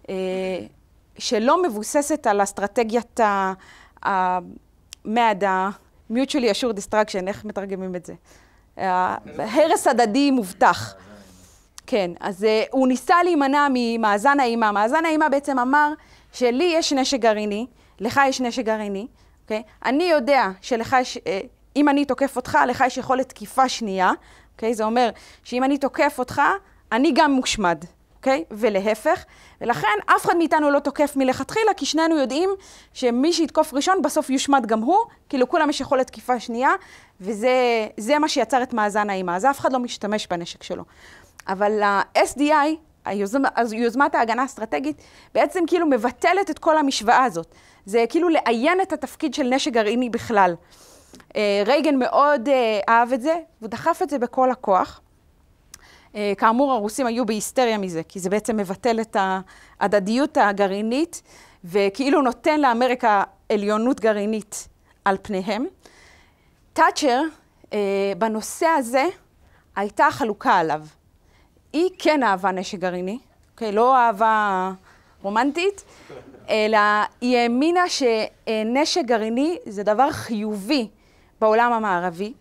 שלא מבוססת על אסטרטגיית ה-מד, ה-mutually assured destruction, איך מתרגמים את זה? הרס הדדי מובטח. כן, אז הוא ניסה להימנע ממאזן האימה. מאזן האימה בעצם אמר שלי יש נשק גרעיני, לך יש נשק גרעיני, אוקיי? אני יודע שלך יש, אם אני תוקף אותך, לך יש יכולת תקיפה שנייה, אוקיי? זה אומר שאם אני תוקף אותך, אני גם מושמד, אוקיי? ולהפך. ולכן אף אחד מאיתנו לא תוקף מלכתחילה, כי שנינו יודעים שמי שיתקוף ראשון בסוף יושמד גם הוא, כאילו כולם יש יכולת תקיפה שנייה, וזה זה מה שיצר את מאזן האימה. אז אף אחד לא משתמש בנשק שלו. אבל ה-אס די איי, היוזמה, יוזמת ההגנה האסטרטגית, בעצם כאילו מבטלת את כל המשוואה הזאת. זה כאילו לעיין את התפקיד של נשק גרעיני בכלל. רייגן מאוד אהב את זה, והוא דחף את זה בכל הכוח. כאמור, הרוסים היו בהיסטריה מזה, כי זה בעצם מבטל את ההדדיות הגרעינית, וכאילו נותן לאמריקה עליונות גרעינית על פניהם. תאצ'ר, בנושא הזה, הייתה חלוקה עליו. היא כן אהבה נשק גרעיני, אוקיי? לא אהבה רומנטית, אלא היא האמינה שנשק גרעיני זה דבר חיובי בעולם המערבי.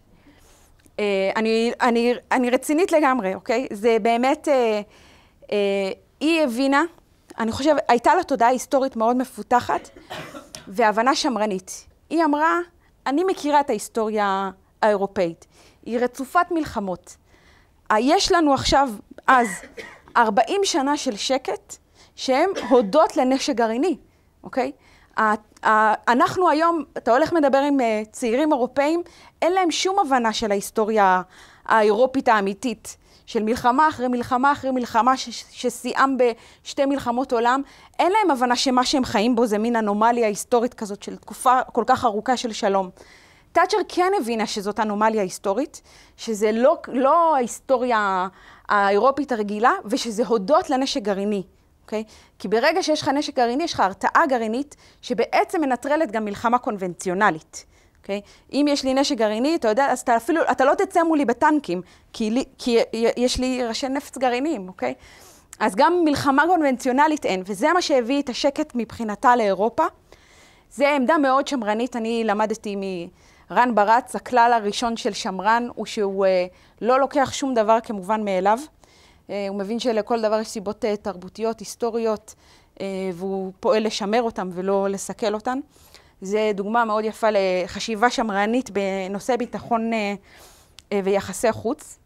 אני, אני, אני רצינית לגמרי, אוקיי? זה באמת, אה, אה, היא הבינה, אני חושבת, הייתה לה תודעה היסטורית מאוד מפותחת, והבנה שמרנית. היא אמרה, אני מכירה את ההיסטוריה האירופאית, היא רצופת מלחמות. יש לנו עכשיו, אז, ארבעים שנה של שקט, שהם הודות לנשק גרעיני, אוקיי? אנחנו היום, אתה הולך מדבר עם צעירים אירופאים, אין להם שום הבנה של ההיסטוריה האירופית האמיתית, של מלחמה אחרי מלחמה אחרי מלחמה, שסייעם בשתי מלחמות עולם, אין להם הבנה שמה שהם חיים בו זה מין אנומליה היסטורית כזאת של תקופה כל כך ארוכה של שלום. תאצ'ר כן הבינה שזאת אנומליה היסטורית, שזה לא, לא ההיסטוריה האירופית הרגילה, ושזה הודות לנשק גרעיני. Okay? כי ברגע שיש לך נשק גרעיני, יש לך הרתעה גרעינית שבעצם מנטרלת גם מלחמה קונבנציונלית. Okay? אם יש לי נשק גרעיני, אתה יודע, אז אתה אפילו, אתה לא תצא מולי בטנקים, כי, לי, כי יש לי ראשי נפץ גרעיניים, אוקיי? Okay? אז גם מלחמה קונבנציונלית אין, וזה מה שהביא את השקט מבחינתה לאירופה. זה עמדה מאוד שמרנית, אני למדתי מרן ברץ, הכלל הראשון של שמרן הוא שהוא לא לוקח שום דבר כמובן מאליו. הוא מבין שלכל דבר יש סיבות תרבותיות, היסטוריות, והוא פועל לשמר אותם ולא לסכל אותן. זה דוגמה מאוד יפה לחשיבה שמרנית בנושא ביטחון ויחסי חוץ.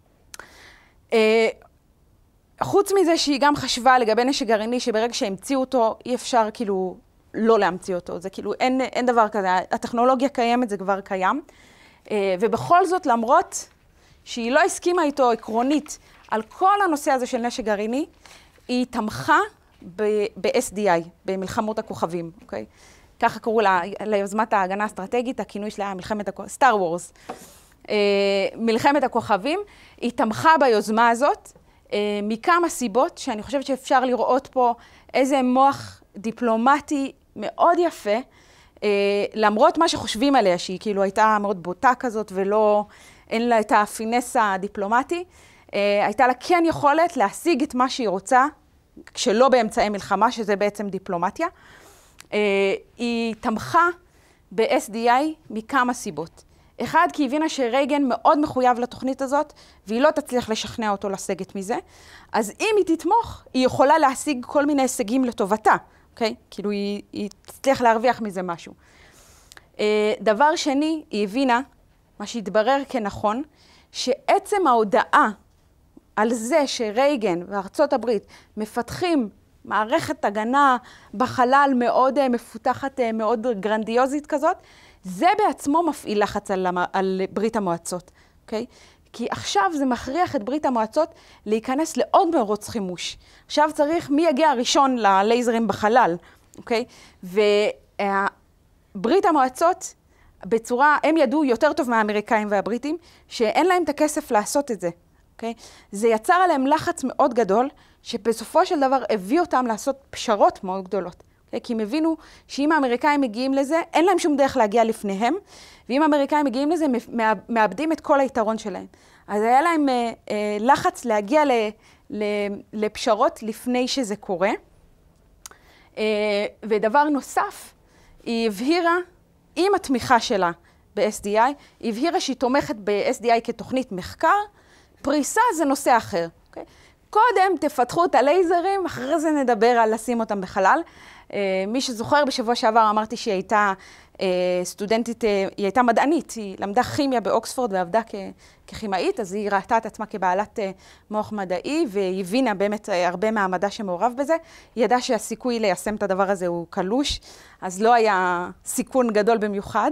חוץ מזה שהיא גם חשבה לגבי נשק גרעיני, שברגע שהמציאו אותו, אי אפשר כאילו לא להמציא אותו. זה כאילו, אין, אין דבר כזה. הטכנולוגיה קיימת, זה כבר קיים. ובכל זאת, למרות שהיא לא הסכימה איתו עקרונית, על כל הנושא הזה של נשק גרעיני, היא תמכה ב-אס די איי, במלחמות הכוכבים, אוקיי? ככה קראו לה, ליוזמת ההגנה האסטרטגית, הכינוי שלה מלחמת הכוכבים, סטאר וורס. מלחמת הכוכבים, היא תמכה ביוזמה הזאת, מכמה סיבות, שאני חושבת שאפשר לראות פה איזה מוח דיפלומטי מאוד יפה, למרות מה שחושבים עליה, שהיא כאילו הייתה מאוד בוטה כזאת, ולא, אין לה את הפינס הדיפלומטי, הייתה לה כן יכולת להשיג את מה שהיא רוצה, כשלא באמצעי מלחמה, שזה בעצם דיפלומטיה. היא תמכה ב-אס די איי מכמה סיבות. אחד, כי היא הבינה שרייגן מאוד מחויב לתוכנית הזאת, והיא לא תצליח לשכנע אותו לסגת מזה. אז אם היא תתמוך, היא יכולה להשיג כל מיני הישגים לטובתה, אוקיי? כאילו היא, היא תצליח להרוויח מזה משהו. דבר שני, היא הבינה, מה שהתברר כנכון, שעצם ההודעה על זה שרייגן וארצות הברית מפתחים מערכת הגנה בחלל מאוד מפותחת, מאוד גרנדיוזית כזאת, זה בעצמו מפעיל לחץ על, על ברית המועצות, אוקיי? כי עכשיו זה מכריח את ברית המועצות להיכנס לעוד מרוץ חימוש. עכשיו צריך מי יגיע הראשון ללייזרים בחלל, אוקיי? וברית המועצות בצורה, הם ידעו יותר טוב מהאמריקאים והבריטים, שאין להם את הכסף לעשות את זה. Okay? זה יצר עליהם לחץ מאוד גדול, שבסופו של דבר הביא אותם לעשות פשרות מאוד גדולות. Okay? כי הם הבינו שאם האמריקאים מגיעים לזה, אין להם שום דרך להגיע לפניהם, ואם האמריקאים מגיעים לזה, מאבדים את כל היתרון שלהם. אז היה להם אה, אה, לחץ להגיע ל, ל, לפשרות לפני שזה קורה. אה, ודבר נוסף, היא הבהירה, עם התמיכה שלה ב-אס די איי, היא הבהירה שהיא תומכת ב-אס די איי כתוכנית מחקר, פריסה זה נושא אחר. Okay? קודם תפתחו את הלייזרים, אחרי זה נדבר על לשים אותם בחלל. מי שזוכר, בשבוע שעבר אמרתי שהיא הייתה סטודנטית, היא הייתה מדענית, היא למדה כימיה באוקספורד ועבדה ככימאית, אז היא ראתה את עצמה כבעלת מוח מדעי, והיא הבינה באמת הרבה מהמדע שמעורב בזה. היא ידעה שהסיכוי ליישם את הדבר הזה הוא קלוש, אז לא היה סיכון גדול במיוחד.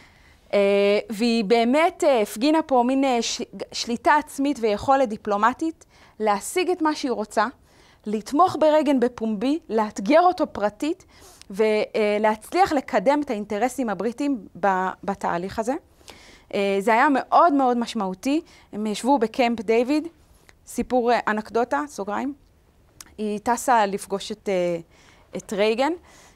והיא באמת הפגינה פה מין שליטה עצמית ויכולת דיפלומטית, להשיג את מה שהיא רוצה, לתמוך ברייגן בפומבי, לאתגר אותו פרטית, ולהצליח לקדם את האינטרסים הבריטים בתהליך הזה. זה היה מאוד מאוד משמעותי. הם ישבו בקמפ דיוויד, סיפור אנקדוטה, סוגריים. היא טסה לפגוש את, את רייגן,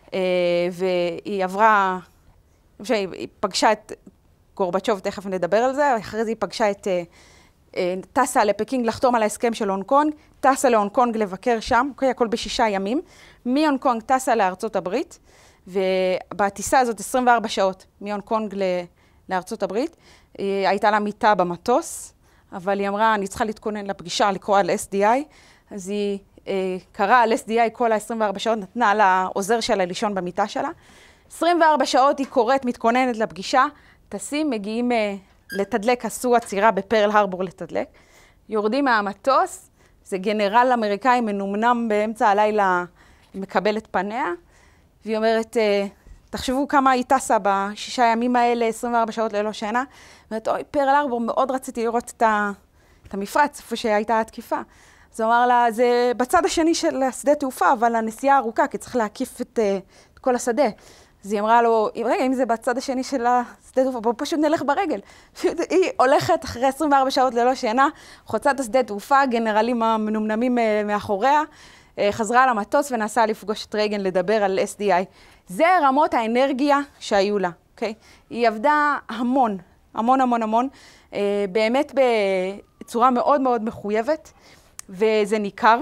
והיא עברה, היא פגשה את גורבצ'וב, תכף נדבר על זה, אחרי זה היא פגשה את, טסה לפקינג לחתום על ההסכם של הונג קונג, טסה להונג קונג לבקר שם, אוקיי, הכל בשישה ימים. מהונג קונג טסה לארצות הברית, ובטיסה הזאת עשרים וארבע שעות מהונג קונג לארצות הברית, היא הייתה לה מיטה במטוס, אבל היא אמרה, אני צריכה להתכונן לפגישה, לקרוא על אס די איי, אז היא אה, קראה על אס די איי כל ה-עשרים וארבע שעות, נתנה לעוזר שלה לישון במיטה שלה. עשרים וארבע שעות היא קוראת, מתכוננת לפגישה, טסים, מגיעים אה, לתדלק, עשו עצירה בפרל הרבור לתדלק, יורדים מהמטוס, זה גנרל אמריקאי מנומנם באמצע הלילה, מקבל את פניה, והיא אומרת, תחשבו כמה היא טסה בשישה ימים האלה, עשרים וארבע שעות ללא שינה, ואומרת, אוי, פרל הרבור, מאוד רציתי לראות את, ה, את המפרץ, איפה שהייתה התקיפה. אז הוא אמר לה, זה בצד השני של השדה תעופה, אבל הנסיעה ארוכה, כי צריך להקיף את, את כל השדה. אז היא אמרה לו, רגע, אם זה בצד השני של השדה תעופה, בואו פשוט נלך ברגל. היא הולכת אחרי עשרים וארבע שעות ללא שינה, חוצה את השדה תעופה, גנרלים המנומנמים מאחוריה, חזרה למטוס ונסעה לפגוש את רייגן לדבר על אס די איי. זה רמות האנרגיה שהיו לה, אוקיי? היא עבדה המון, המון המון המון, באמת בצורה מאוד מאוד מחויבת, וזה ניכר.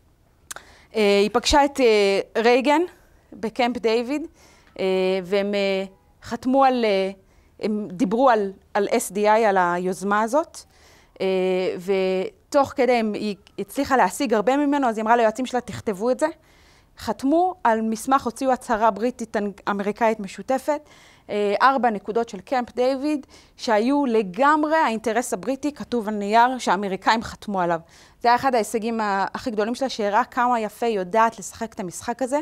היא פגשה את רייגן בקמפ דיוויד, והם חתמו על, הם דיברו על, על אס די איי, על היוזמה הזאת, ותוך כדי היא הצליחה להשיג הרבה ממנו, אז היא אמרה ליועצים שלה, תכתבו את זה. חתמו על מסמך, הוציאו הצהרה בריטית אמריקאית משותפת, ארבע נקודות של קמפ דיוויד, שהיו לגמרי האינטרס הבריטי, כתוב על נייר שהאמריקאים חתמו עליו. זה היה אחד ההישגים הכי גדולים שלה, שהראה כמה יפה יודעת לשחק את המשחק הזה.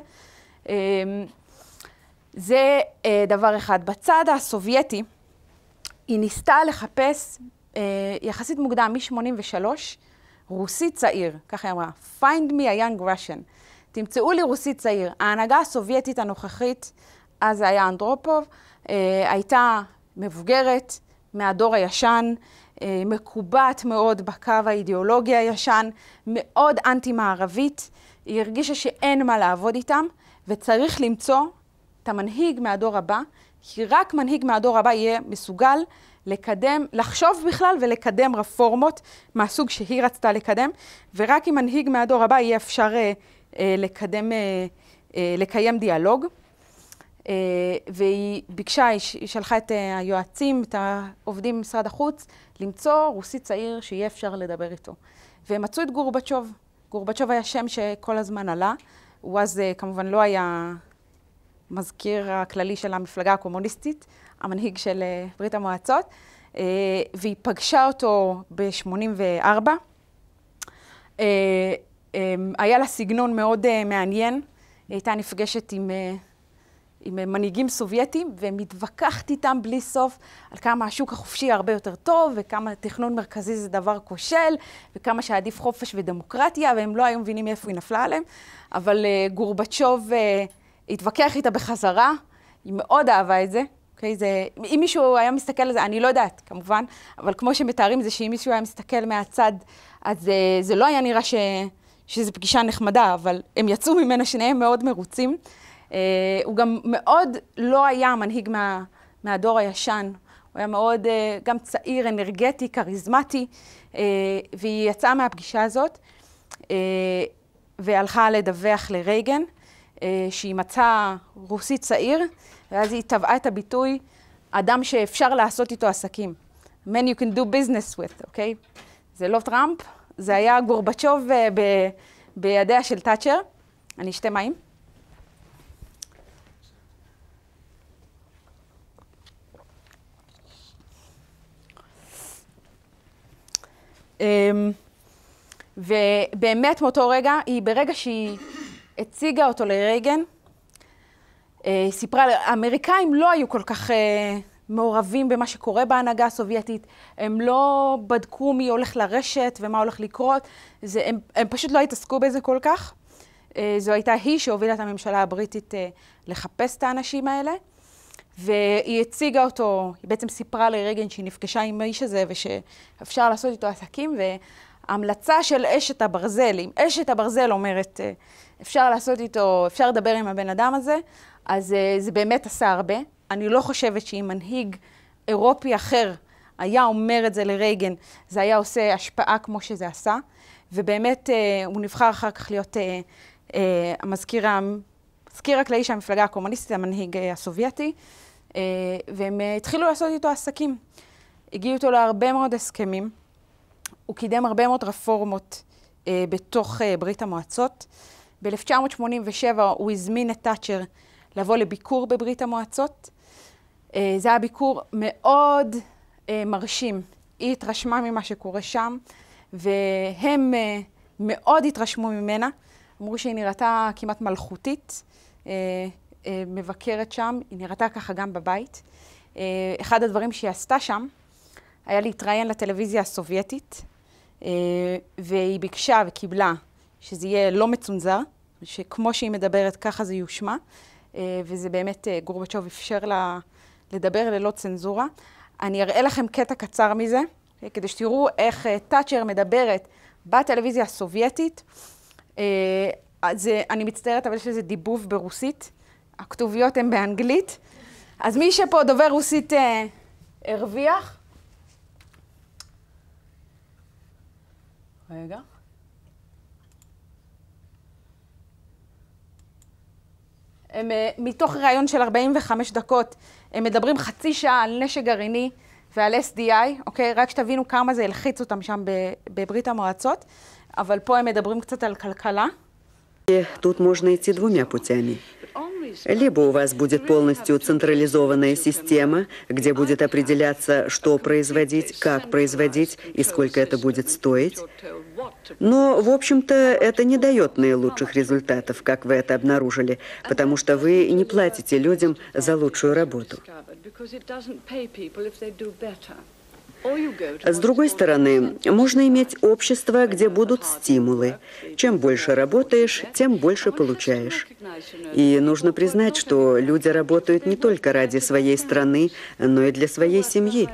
זה דבר אחד. בצד הסובייטי, היא ניסתה לחפש יחסית מוקדם, מ-שמונים ושלוש, רוסי צעיר, ככה היא אמרה, find me a young Russian. תמצאו לי רוסי צעיר. ההנהגה הסובייטית הנוכחית, אז זה היה אנדרופוב, הייתה מבוגרת מהדור הישן, מקובעת מאוד בקו האידיאולוגיה הישן, מאוד אנטי-מערבית. היא הרגישה שאין מה לעבוד איתם, וצריך למצוא את המנהיג מהדור הבא, כי רק מנהיג מהדור הבא יהיה מסוגל לקדם, לחשוב בכלל ולקדם רפורמות מהסוג שהיא רצתה לקדם, ורק עם מנהיג מהדור הבא יהיה אפשר אה, אה, לקדם, אה, אה, לקיים דיאלוג. אה, והיא ביקשה, היא שלחה את אה, היועצים, את העובדים במשרד החוץ, למצוא רוסי צעיר שיהיה אפשר לדבר איתו. והם מצאו את גורבצ'וב. גורבצ'וב היה שם שכל הזמן עלה. הוא אז אה, כמובן לא היה מזכיר הכללי של המפלגה הקומוניסטית, המנהיג של ברית המועצות, והיא פגשה אותו ב-שמונים וארבע. היה לה סגנון מאוד מעניין, היא הייתה נפגשת עם, עם מנהיגים סובייטים, ומתווכחת איתם בלי סוף על כמה השוק החופשי הרבה יותר טוב, וכמה תכנון מרכזי זה דבר כושל, וכמה שעדיף חופש ודמוקרטיה, והם לא היו מבינים איפה היא נפלה עליהם, אבל גורבצ'וב התווכח איתה בחזרה, היא מאוד אהבה את זה. Okay, זה, אם מישהו היה מסתכל על זה, אני לא יודעת, כמובן, אבל כמו שמתארים זה שאם מישהו היה מסתכל מהצד, אז זה לא היה נראה ש, שזו פגישה נחמדה, אבל הם יצאו ממנה שניהם מאוד מרוצים. Uh, הוא גם מאוד לא היה מנהיג מה, מהדור הישן, הוא היה מאוד uh, גם צעיר, אנרגטי, כריזמטי, uh, והיא יצאה מהפגישה הזאת, uh, והלכה לדווח לרייגן, uh, שהיא מצאה רוסי צעיר, ואז היא טבעה את הביטוי, אדם שאפשר לעשות איתו עסקים. Man you can do business with, אוקיי? זה לא טראמפ, זה היה גורבצ'וב ב, בידיה של תאצ'ר. אני אשתה מים. ובאמת מאותו רגע, היא ברגע שהיא הציגה אותו לרייגן, סיפרה, האמריקאים לא היו כל כך מעורבים במה שקורה בהנהגה הסובייטית, הם לא בדקו מי הולך לרשת ומה הולך לקרות, זה, הם, הם פשוט לא התעסקו בזה כל כך. זו הייתה היא שהובילה את הממשלה הבריטית לחפש את האנשים האלה, והיא הציגה אותו, היא בעצם סיפרה לרייגן שהיא נפגשה עם האיש הזה ושאפשר לעשות איתו עסקים, וההמלצה של אשת הברזל, אם אשת הברזל אומרת אפשר לעשות איתו, אפשר לדבר עם הבן אדם הזה, אז זה באמת עשה הרבה. אני לא חושבת שאם מנהיג אירופי אחר היה אומר את זה לרייגן, זה היה עושה השפעה כמו שזה עשה, ובאמת הוא נבחר אחר כך להיות המזכיר, המזכיר הכללי של המפלגה הקומוניסטית, המנהיג הסובייטי, והם התחילו לעשות איתו עסקים. הגיעו אותו להרבה מאוד הסכמים, הוא קידם הרבה מאוד רפורמות בתוך ברית המועצות. ב-אלף תשע מאות שמונים ושבע הוא הזמין את תאצ'ר לבוא לביקור בברית המועצות. זה היה ביקור מאוד מרשים. היא התרשמה ממה שקורה שם, והם מאוד התרשמו ממנה. אמרו שהיא נראתה כמעט מלכותית, מבקרת שם, היא נראתה ככה גם בבית. אחד הדברים שהיא עשתה שם היה להתראיין לטלוויזיה הסובייטית, והיא ביקשה וקיבלה שזה יהיה לא מצונזר, שכמו שהיא מדברת ככה זה יושמע, וזה באמת גורבצ'וב אפשר לה לדבר ללא צנזורה. אני אראה לכם קטע קצר מזה, כדי שתראו איך תאצ'ר מדברת בטלוויזיה הסובייטית. אז אני מצטערת, אבל יש לזה דיבוב ברוסית. הכתוביות הן באנגלית. אז מי שפה דובר רוסית הרוויח. רגע. הם, מתוך ראיון של ארבעים וחמש דקות, הם מדברים חצי שעה על נשק גרעיני ועל אס די איי, אוקיי? רק שתבינו כמה זה הלחיץ אותם שם בברית המועצות, אבל פה הם מדברים קצת על כלכלה. Тут можно идти двумя путями. Либо у вас будет полностью централизованная система, где будет определяться, что производить, как производить и сколько это будет стоить. Но, в общем-то, это не дает наилучших результатов, как вы это обнаружили, потому что вы не платите людям за лучшую работу. С другой стороны, можно иметь общество, где будут стимулы. Чем больше работаешь, тем больше получаешь. И нужно признать, что люди работают не только ради своей страны, но и для своей семьи.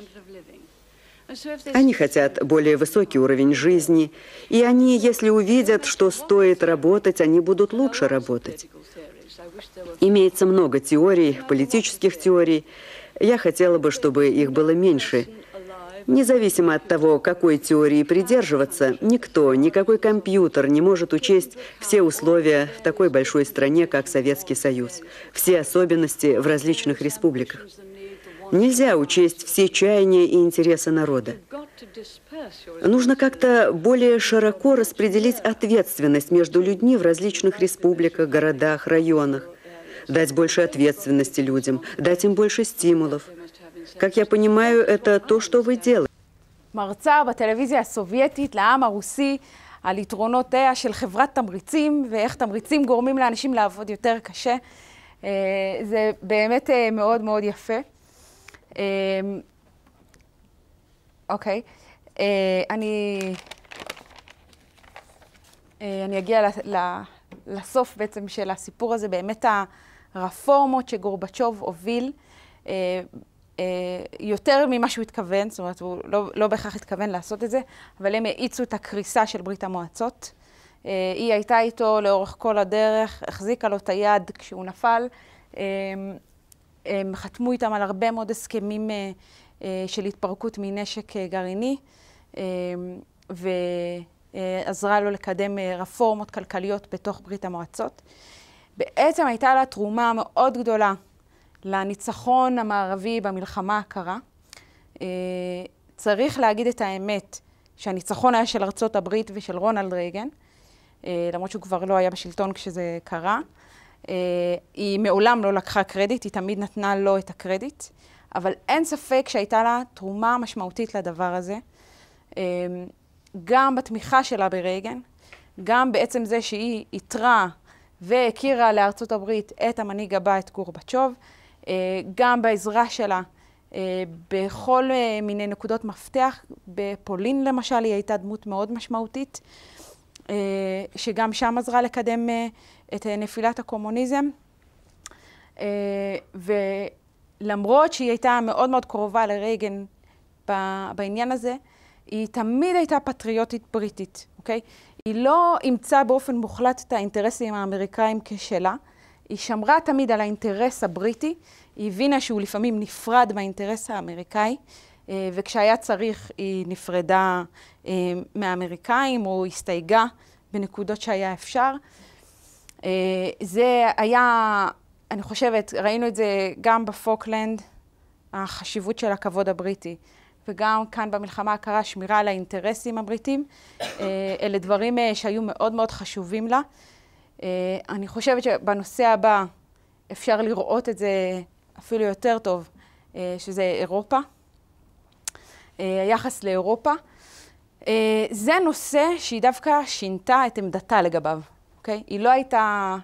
Они хотят более высокий уровень жизни, и они, если увидят, что стоит работать, они будут лучше работать. Имеется много теорий, политических теорий. Я хотела бы, чтобы их было меньше. Независимо от того, какой теории придерживаться, никто, никакой компьютер не может учесть все условия в такой большой стране, как Советский Союз, все особенности в различных республиках. Нельзя учесть все чаяния и интересы народа. Нужно как-то более широко распределить ответственность между людьми в различных республиках, городах, районах, дать больше ответственности людям, дать им больше стимулов. Как я понимаю, это то, что вы делаете. מרצה בטלוויזיה הסובייטית לעם הרוסי על יתרונותיה של חברת תמריצים ואיך תמריצים גורמים לאנשים לעבוד יותר קשה. זה באמת מאוד מאוד יפה. אוקיי, אני אני אגיע לסוף בעצם של הסיפור הזה, באמת הרפורמות שגורבצ'וב הוביל יותר ממה שהוא התכוון, זאת אומרת, הוא לא, לא בהכרח התכוון לעשות את זה, אבל הם האיצו את הקריסה של ברית המועצות. היא הייתה איתו לאורך כל הדרך, החזיקה לו את היד כשהוא נפל. הם חתמו איתם על הרבה מאוד הסכמים של התפרקות מנשק גרעיני, ועזרה לו לקדם רפורמות כלכליות בתוך ברית המועצות. בעצם הייתה לה תרומה מאוד גדולה לניצחון המערבי במלחמה הקרה. צריך להגיד את האמת, שהניצחון היה של ארצות הברית ושל רונלד רייגן, למרות שהוא כבר לא היה בשלטון כשזה קרה. היא מעולם לא לקחה קרדיט, היא תמיד נתנה לו את הקרדיט, אבל אין ספק שהייתה לה תרומה משמעותית לדבר הזה, גם בתמיכה שלה ברייגן, גם בעצם זה שהיא התרה והכירה לארצות הברית את המנהיג הבא, את גורבצ'וב, גם בעזרה שלה בכל מיני נקודות מפתח. בפולין למשל היא הייתה דמות מאוד משמעותית, שגם שם עזרה לקדם את נפילת הקומוניזם. ולמרות שהיא הייתה מאוד מאוד קרובה לרייגן בעניין הזה, היא תמיד הייתה פטריוטית בריטית, אוקיי? היא לא אימצה באופן מוחלט את האינטרסים האמריקאים כשלה, היא שמרה תמיד על האינטרס הבריטי, היא הבינה שהוא לפעמים נפרד מהאינטרס האמריקאי, וכשהיה צריך היא נפרדה מהאמריקאים או הסתייגה בנקודות שהיה אפשר. זה היה, אני חושבת, ראינו את זה גם בפוקלנד, החשיבות של הכבוד הבריטי, וגם כאן במלחמה הקרה, שמירה על האינטרסים הבריטים. אלה דברים שהיו מאוד מאוד חשובים לה. אני חושבת שבנושא הבא אפשר לראות את זה אפילו יותר טוב, שזה אירופה, היחס לאירופה. זה נושא שהיא דווקא שינתה את עמדתה לגביו, אוקיי? היא לא הייתה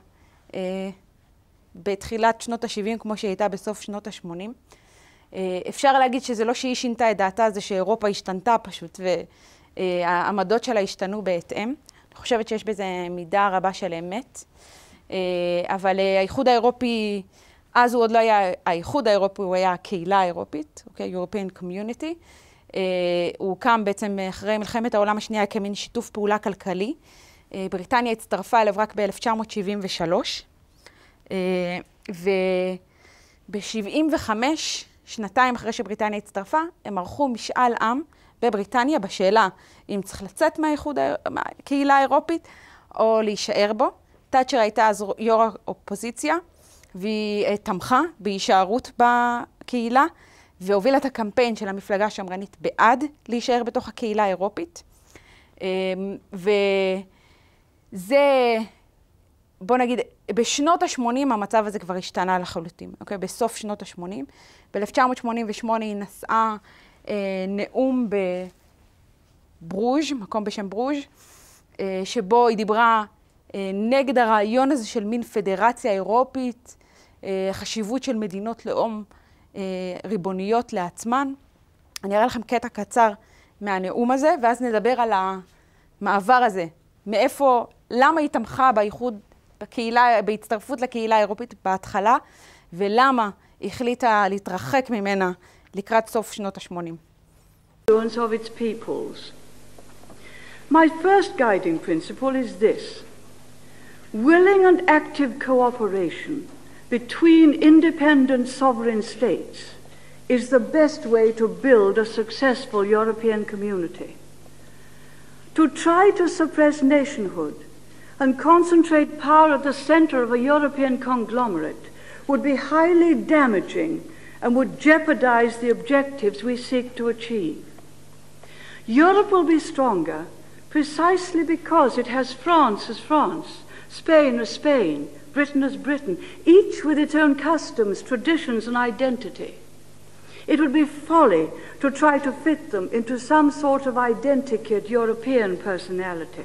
בתחילת שנות ה-שבעים כמו שהיא הייתה בסוף שנות ה-שמונים. אפשר להגיד שזה לא שהיא שינתה את דעתה, זה שאירופה השתנתה פשוט, והעמדות שלה השתנו בהתאם. אני חושבת שיש בזה מידה רבה של אמת. אבל האיחוד האירופי, אז הוא עוד לא היה האיחוד האירופי, הוא היה הקהילה האירופית, אוקיי? European Community. הוא קם בעצם אחרי מלחמת העולם השנייה כמין שיתוף פעולה כלכלי. בריטניה הצטרפה אליו רק ב-אלף תשע מאות שבעים ושלוש. וב-שבעים וחמש, שנתיים אחרי שבריטניה הצטרפה, הם ערכו משאל עם בבריטניה בשאלה אם צריך לצאת מהאיחוד, מהקהילה האירופית או להישאר בו. תאצ'ר הייתה אז יו"ר האופוזיציה, והיא תמכה בהישארות בקהילה, והובילה את הקמפיין של המפלגה השמרנית בעד להישאר בתוך הקהילה האירופית. וזה, בוא נגיד, בשנות ה-שמונים המצב הזה כבר השתנה לחלוטין, אוקיי? בסוף שנות ה-שמונים. ב-אלף תשע מאות שמונים ושמונה היא נשאה אה, נאום בברוז', מקום בשם ברוז', אה, שבו היא דיברה אה, נגד הרעיון הזה של מין פדרציה אירופית, אה, חשיבות של מדינות לאום אה, ריבוניות לעצמן. אני אראה לכם קטע קצר מהנאום הזה, ואז נדבר על המעבר הזה. מאיפה, למה היא תמכה באיחוד, בקהילה, בהצטרפות לקהילה האירופית בהתחלה, ולמה היא החליטה להתרחק ממנה לקראת סוף שנות ה-שמונים. of its peoples. My first guiding principle is this: willing and active cooperation between independent sovereign states is the best way to build a successful European community. To try to suppress nationhood and concentrate power at the center of a European conglomerate would be highly damaging and would jeopardize the objectives we seek to achieve. Europe will be stronger precisely because it has France as France, Spain as Spain, Britain as Britain, each with its own customs, traditions, and identity. It would be folly to try to fit them into some sort of identikit European personality.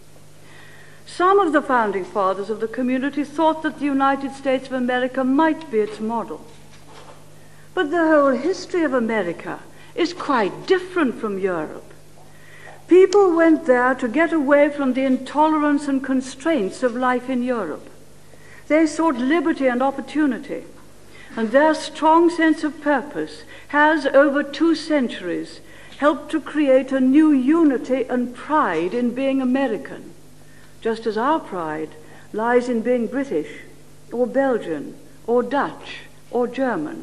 Some of the founding fathers of the community thought that the United States of America might be its model. But the whole history of America is quite different from Europe. People went there to get away from the intolerance and constraints of life in Europe. They sought liberty and opportunity, and their strong sense of purpose has, over two centuries, helped to create a new unity and pride in being American, just as our pride lies in being British, or Belgian, or Dutch, or German.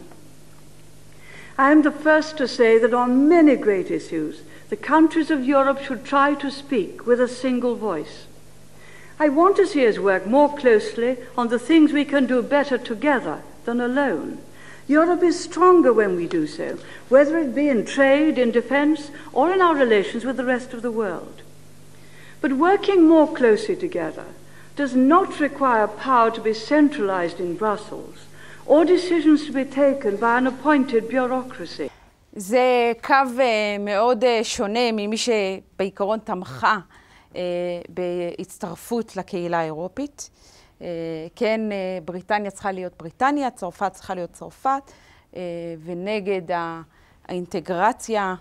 I am the first to say that on many great issues, the countries of Europe should try to speak with a single voice. I want to see us work more closely on the things we can do better together than alone. Europe is stronger when we do so, whether it be in trade, in defense, or in our relations with the rest of the world. But working more closely together does not require power to be centralized in Brussels or decisions to be taken by an appointed bureaucracy. זה קו מאוד שונה ממי שבעיקרון תמכה בהצטרפות לקהילה האירופית. כן, בריטניה צריכה להיות בריטניה, צרפת צריכה להיות צרפת, ונגד האינטגרציה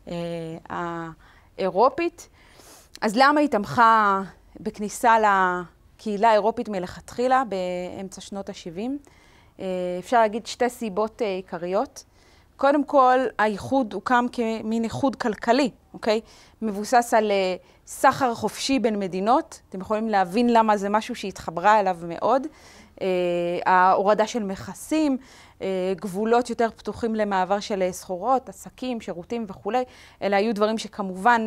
האירופית. אז למה היא תמכה בכניסה לקהילה האירופית מלכתחילה באמצע שנות ה-שבעים? אפשר להגיד שתי סיבות עיקריות. קודם כל, האיחוד הוקם כמין איחוד כלכלי, אוקיי? מבוסס על סחר חופשי בין מדינות. אתם יכולים להבין למה זה משהו שהתחברה אליו מאוד. ההורדה של מכסים, גבולות יותר פתוחים למעבר של סחורות, עסקים, שירותים וכו'. אלה היו דברים שכמובן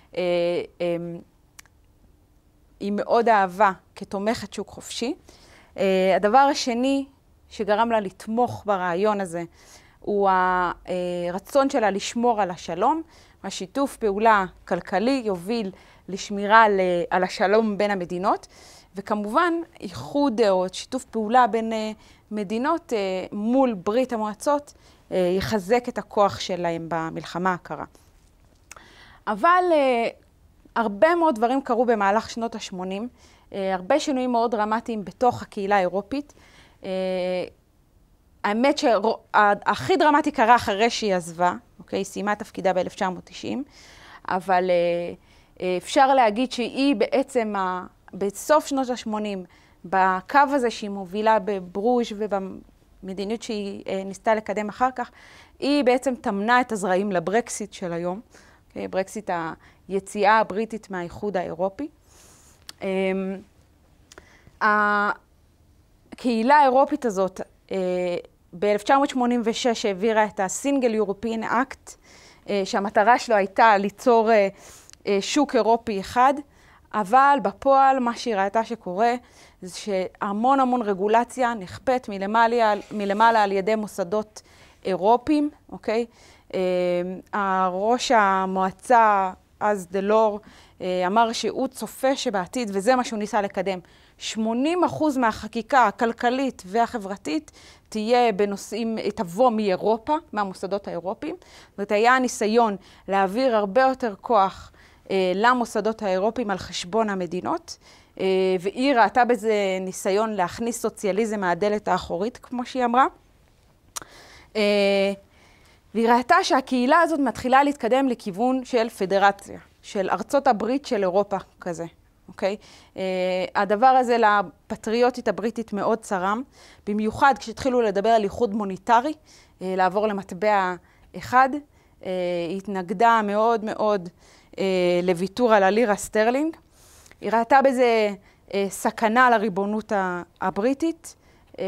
היא מאוד אהבה כתומכת שוק חופשי. הדבר השני שגרם לה לתמוך ברעיון הזה, הוא הרצון שלה לשמור על השלום. השיתוף פעולה כלכלי יוביל לשמירה על השלום בין המדינות, וכמובן איחוד או שיתוף פעולה בין מדינות מול ברית המועצות יחזק את הכוח שלהם במלחמה הקרה. אבל הרבה מאוד דברים קרו במהלך שנות ה-שמונים, הרבה שינויים מאוד דרמטיים בתוך הקהילה האירופית. האמת שהכי דרמטי קרה אחרי שהיא עזבה, אוקיי? היא סיימה את תפקידה ב-אלף תשע מאות תשעים, אבל אפשר להגיד שהיא בעצם בסוף שנות ה-שמונים, בקו הזה שהיא מובילה בברוז' ובמדיניות שהיא ניסתה לקדם אחר כך, היא בעצם תמנה את הזרעים לברקסיט של היום, אוקיי? ברקסיט היציאה הבריטית מהאיחוד האירופי. הקהילה האירופית הזאת, ב-אלף תשע מאות שמונים ושש העבירה את ה-Single European Act, שהמטרה שלו הייתה ליצור שוק אירופי אחד, אבל בפועל מה שהיא ראתה שקורה זה שהמון המון רגולציה נכפית מלמעלה, מלמעלה על ידי מוסדות אירופיים, אוקיי? הראש המועצה אז דלור אמר שהוא צופה שבעתיד, וזה מה שהוא ניסה לקדם, שמונים אחוז מהחקיקה הכלכלית והחברתית תהיה בנושאים, תבוא מאירופה, מהמוסדות האירופיים. זאת אומרת, היה ניסיון להעביר הרבה יותר כוח אה, למוסדות האירופיים על חשבון המדינות, אה, והיא ראתה בזה ניסיון להכניס סוציאליזם מהדלת האחורית, כמו שהיא אמרה. אה, והיא ראתה שהקהילה הזאת מתחילה להתקדם לכיוון של פדרציה, של ארצות הברית של אירופה כזה. אוקיי? Uh, הדבר הזה לפטריוטית הבריטית מאוד צרם, במיוחד כשהתחילו לדבר על איחוד מוניטרי, uh, לעבור למטבע אחד. Uh, היא התנגדה מאוד מאוד uh, לוויתור על הלירה סטרלינג. היא ראתה בזה uh, סכנה לריבונות הבריטית, uh,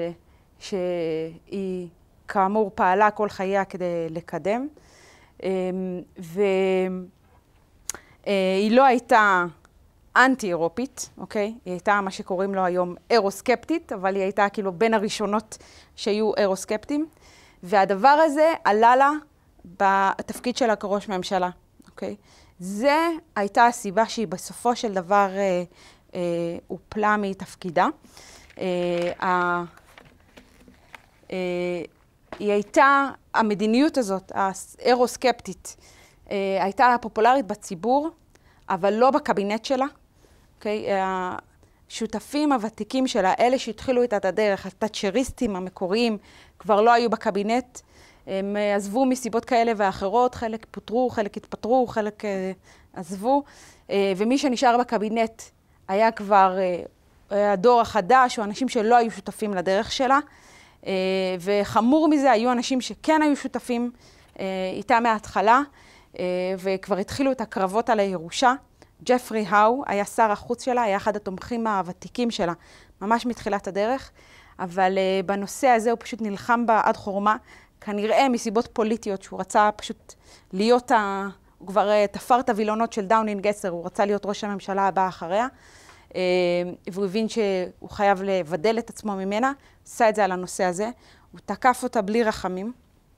שהיא כאמור פעלה כל חייה כדי לקדם. Uh, והיא uh, לא הייתה אנטי-אירופית, אוקיי? היא הייתה מה שקוראים לו היום אירוסקפטית, אבל היא הייתה כאילו בין הראשונות שהיו אירוסקפטים. והדבר הזה עלה לה בתפקיד שלה כראש ממשלה, אוקיי? זה הייתה הסיבה שהיא בסופו של דבר אה, אה, הופלה מתפקידה. אה, אה, אה, היא הייתה, המדיניות הזאת, האירוסקפטית, אה, הייתה פופולרית בציבור, אבל לא בקבינט שלה. אוקיי? השותפים הוותיקים שלה, אלה שהתחילו את הדרך, התאצ'ריסטים המקוריים, כבר לא היו בקבינט. הם עזבו מסיבות כאלה ואחרות, חלק פוטרו, חלק התפטרו, חלק עזבו. ומי שנשאר בקבינט היה כבר הדור החדש, או אנשים שלא היו שותפים לדרך שלה. וחמור מזה, היו אנשים שכן היו שותפים איתה מההתחלה, וכבר התחילו את הקרבות על הירושה. ג'פרי האו היה שר החוץ שלה, היה אחד התומכים הוותיקים שלה, ממש מתחילת הדרך, אבל uh, בנושא הזה הוא פשוט נלחם בה עד חורמה, כנראה מסיבות פוליטיות, שהוא רצה פשוט להיות, ה... הוא כבר uh, תפר את הווילונות של דאונינג עשר, הוא רצה להיות ראש הממשלה הבא אחריה, uh, והוא הבין שהוא חייב לבדל את עצמו ממנה, עשה את זה על הנושא הזה. הוא תקף אותה בלי רחמים.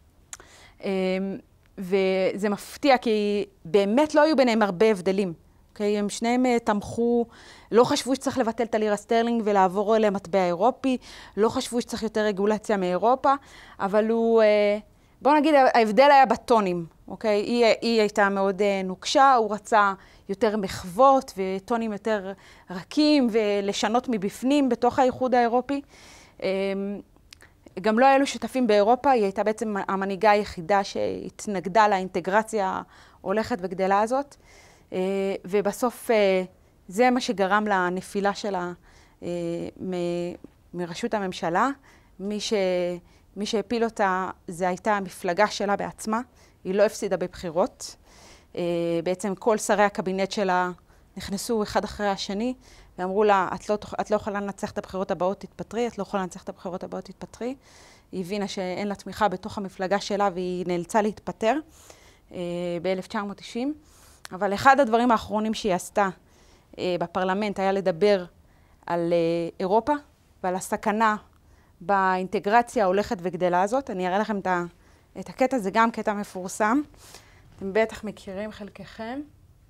וזה מפתיע, כי באמת לא היו ביניהם הרבה הבדלים. אוקיי? הם שניהם תמכו, לא חשבו שצריך לבטל את הלירה סטרלינג ולעבור למטבע אירופי, לא חשבו שצריך יותר רגולציה מאירופה, אבל הוא, בואו נגיד, ההבדל היה בטונים. אוקיי? היא, היא הייתה מאוד נוקשה, הוא רצה יותר מחוות וטונים יותר רכים ולשנות מבפנים בתוך האיחוד האירופי. גם לא היו שותפים באירופה, היא הייתה בעצם המנהיגה היחידה שהתנגדה לאינטגרציה ההולכת וגדלה הזאת. ובסוף זה מה שגרם לנפילה שלה מראשות הממשלה. מי ש... מי שהפיל אותה זה הייתה המפלגה שלה בעצמה. היא לא הפסידה בבחירות. בעצם כל שרי הקבינט שלה נכנסו אחד אחרי השני, ואמרו לה, את לא, את לא יכולה לנצח את הבחירות הבאות, תתפטרי, את לא יכולה לנצח את הבחירות הבאות, תתפטרי. היא הבינה שאין לה תמיכה בתוך המפלגה שלה, והיא נאלצה להתפטר ב-אלף תשע מאות תשעים. אבל אחד הדברים האחרונים שהיא עשתה בפרלמנט היה לדבר על אירופה ועל הסכנה באינטגרציה ההולכת וגדלה הזאת. אני אראה לכם את הקטע, זה גם קטע מפורסם. אתם בטח מכירים חלקכם.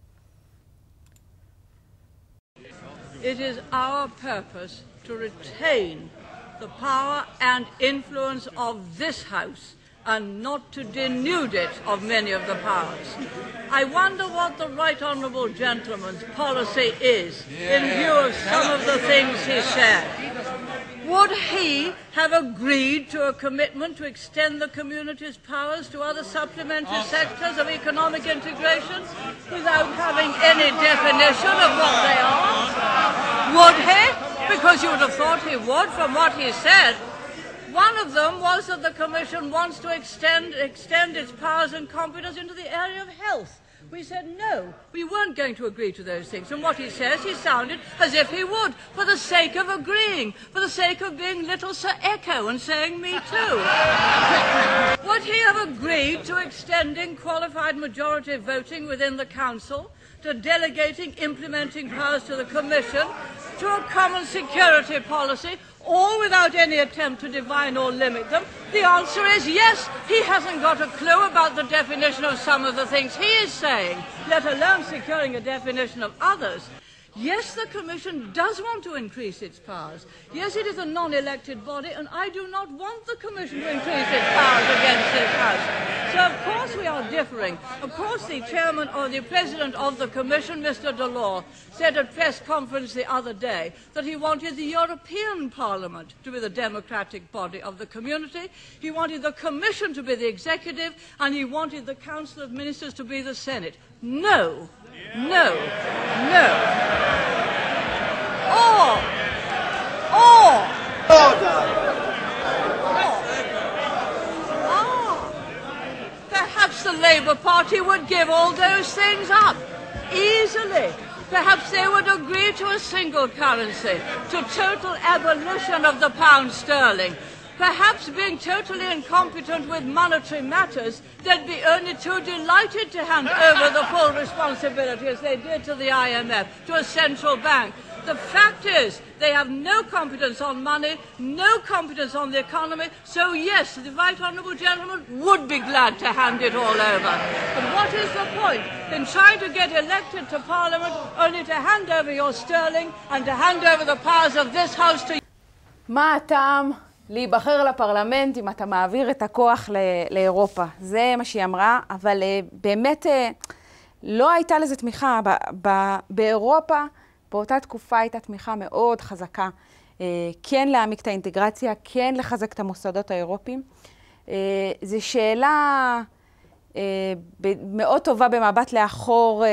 It is our purpose to retain the power and influence of this House and not to denude it of many of the powers. I wonder what the Right Honourable Gentleman's policy is in view of some of the things he said. Would he have agreed to a commitment to extend the community's powers to other supplementary sectors of economic integration without having any definition of what they are? Would he? Because you would have thought he would from what he said. One of them was that the Commission wants to extend, extend its powers and competence into the area of health. We said no, we weren't going to agree to those things. And what he says, he sounded as if he would, for the sake of agreeing, for the sake of being little Sir Echo and saying me too. Would he have agreed to extending qualified majority voting within the Council, to delegating implementing powers to the Commission, to a common security policy, all without any attempt to define or limit them? The answer is yes. He hasn't got a clue about the definition of some of the things he is saying, let alone securing a definition of others. Yes, the Commission does want to increase its powers. Yes, it is a non-elected body, and I do not want the Commission to increase its powers against this House. So, of course, we are differing. Of course, the chairman or the president of the Commission, Mister Delors, said at press conference the other day that he wanted the European Parliament to be the democratic body of the community. He wanted the Commission to be the executive, and he wanted the Council of Ministers to be the Senate. No. No, no. Or, or, order. Ah, perhaps the Labour Party would give all those things up easily. Perhaps they would agree to a single currency, to total abolition of the pound sterling. Perhaps being totally incompetent with monetary matters, they'd be only too delighted to hand over the full responsibility, as they did to the I M F, to a central bank. The fact is, they have no competence on money, no competence on the economy, so yes, the Right Honourable Gentleman would be glad to hand it all over. But what is the point in trying to get elected to Parliament only to hand over your sterling and to hand over the powers of this House to... מה הטעם להיבחר לפרלמנט אם אתה מעביר את הכוח לאירופה? זה מה שהיא אמרה, אבל באמת לא הייתה לזה תמיכה. באירופה, באותה תקופה הייתה תמיכה מאוד חזקה. כן להעמיק את האינטגרציה, כן לחזק את המוסדות האירופיים. זו שאלה מאוד טובה במבט לאחור,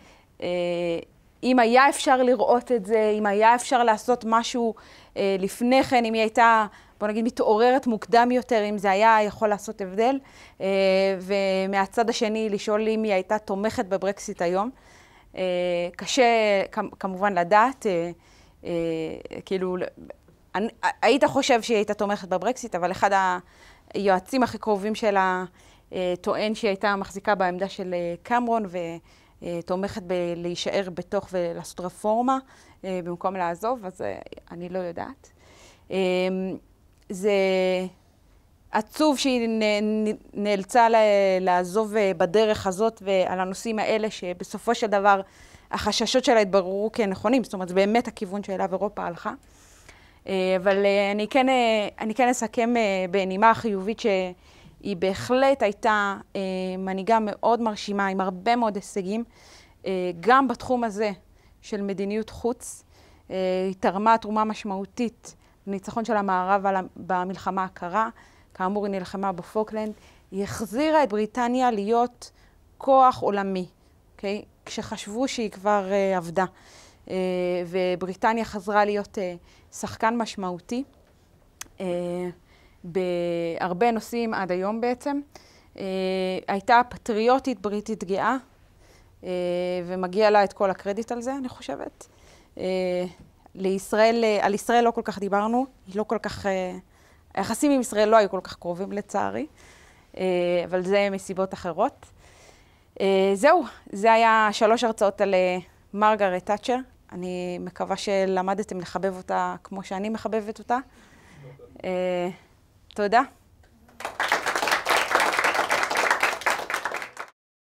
אם היה אפשר לראות את זה, אם היה אפשר לעשות משהו לפני כן, אם היא הייתה, בוא נגיד, מתעוררת מוקדם יותר, אם זה היה יכול לעשות הבדל. ומהצד השני, לשאול אם היא הייתה תומכת בברקסיט היום. קשה כמובן לדעת, כאילו, היית חושב שהיא הייתה תומכת בברקסיט, אבל אחד היועצים הכי קרובים שלה טוען שהיא הייתה מחזיקה בעמדה של קמרון, ותומכת בלהישאר בתוך ולעשות רפורמה במקום לעזוב, אז אני לא יודעת. זה, עצוב שהיא נאלצה לעזוב בדרך הזאת ועל הנושאים האלה, שבסופו של דבר החששות שלה התבררו כנכונים, זאת אומרת, זה באמת הכיוון שאליו אירופה הלכה. אבל אני כן, אני כן אסכם בנימה החיובית שהיא בהחלט הייתה מנהיגה מאוד מרשימה, עם הרבה מאוד הישגים, גם בתחום הזה של מדיניות חוץ. היא תרמה תרומה משמעותית לניצחון של המערב במלחמה הקרה. כאמור, היא נלחמה בפוקלנד. היא החזירה את בריטניה להיות כוח עולמי, אוקיי? כשחשבו שהיא כבר uh, עבדה. Uh, ובריטניה חזרה להיות uh, שחקן משמעותי uh, בהרבה נושאים עד היום בעצם. Uh, הייתה פטריוטית בריטית גאה, uh, ומגיע לה את כל הקרדיט על זה, אני חושבת. Uh, לישראל, uh, על ישראל לא כל כך דיברנו, היא לא כל כך... Uh, היחסים עם ישראל לא היו כל כך קרובים לצערי, uh, אבל זה מסיבות אחרות. Uh, זהו, זה היה שלוש הרצאות על uh, מרגרט תאצ'ר. אני מקווה שלמדתם לחבב אותה כמו שאני מחבבת אותה. Uh, תודה.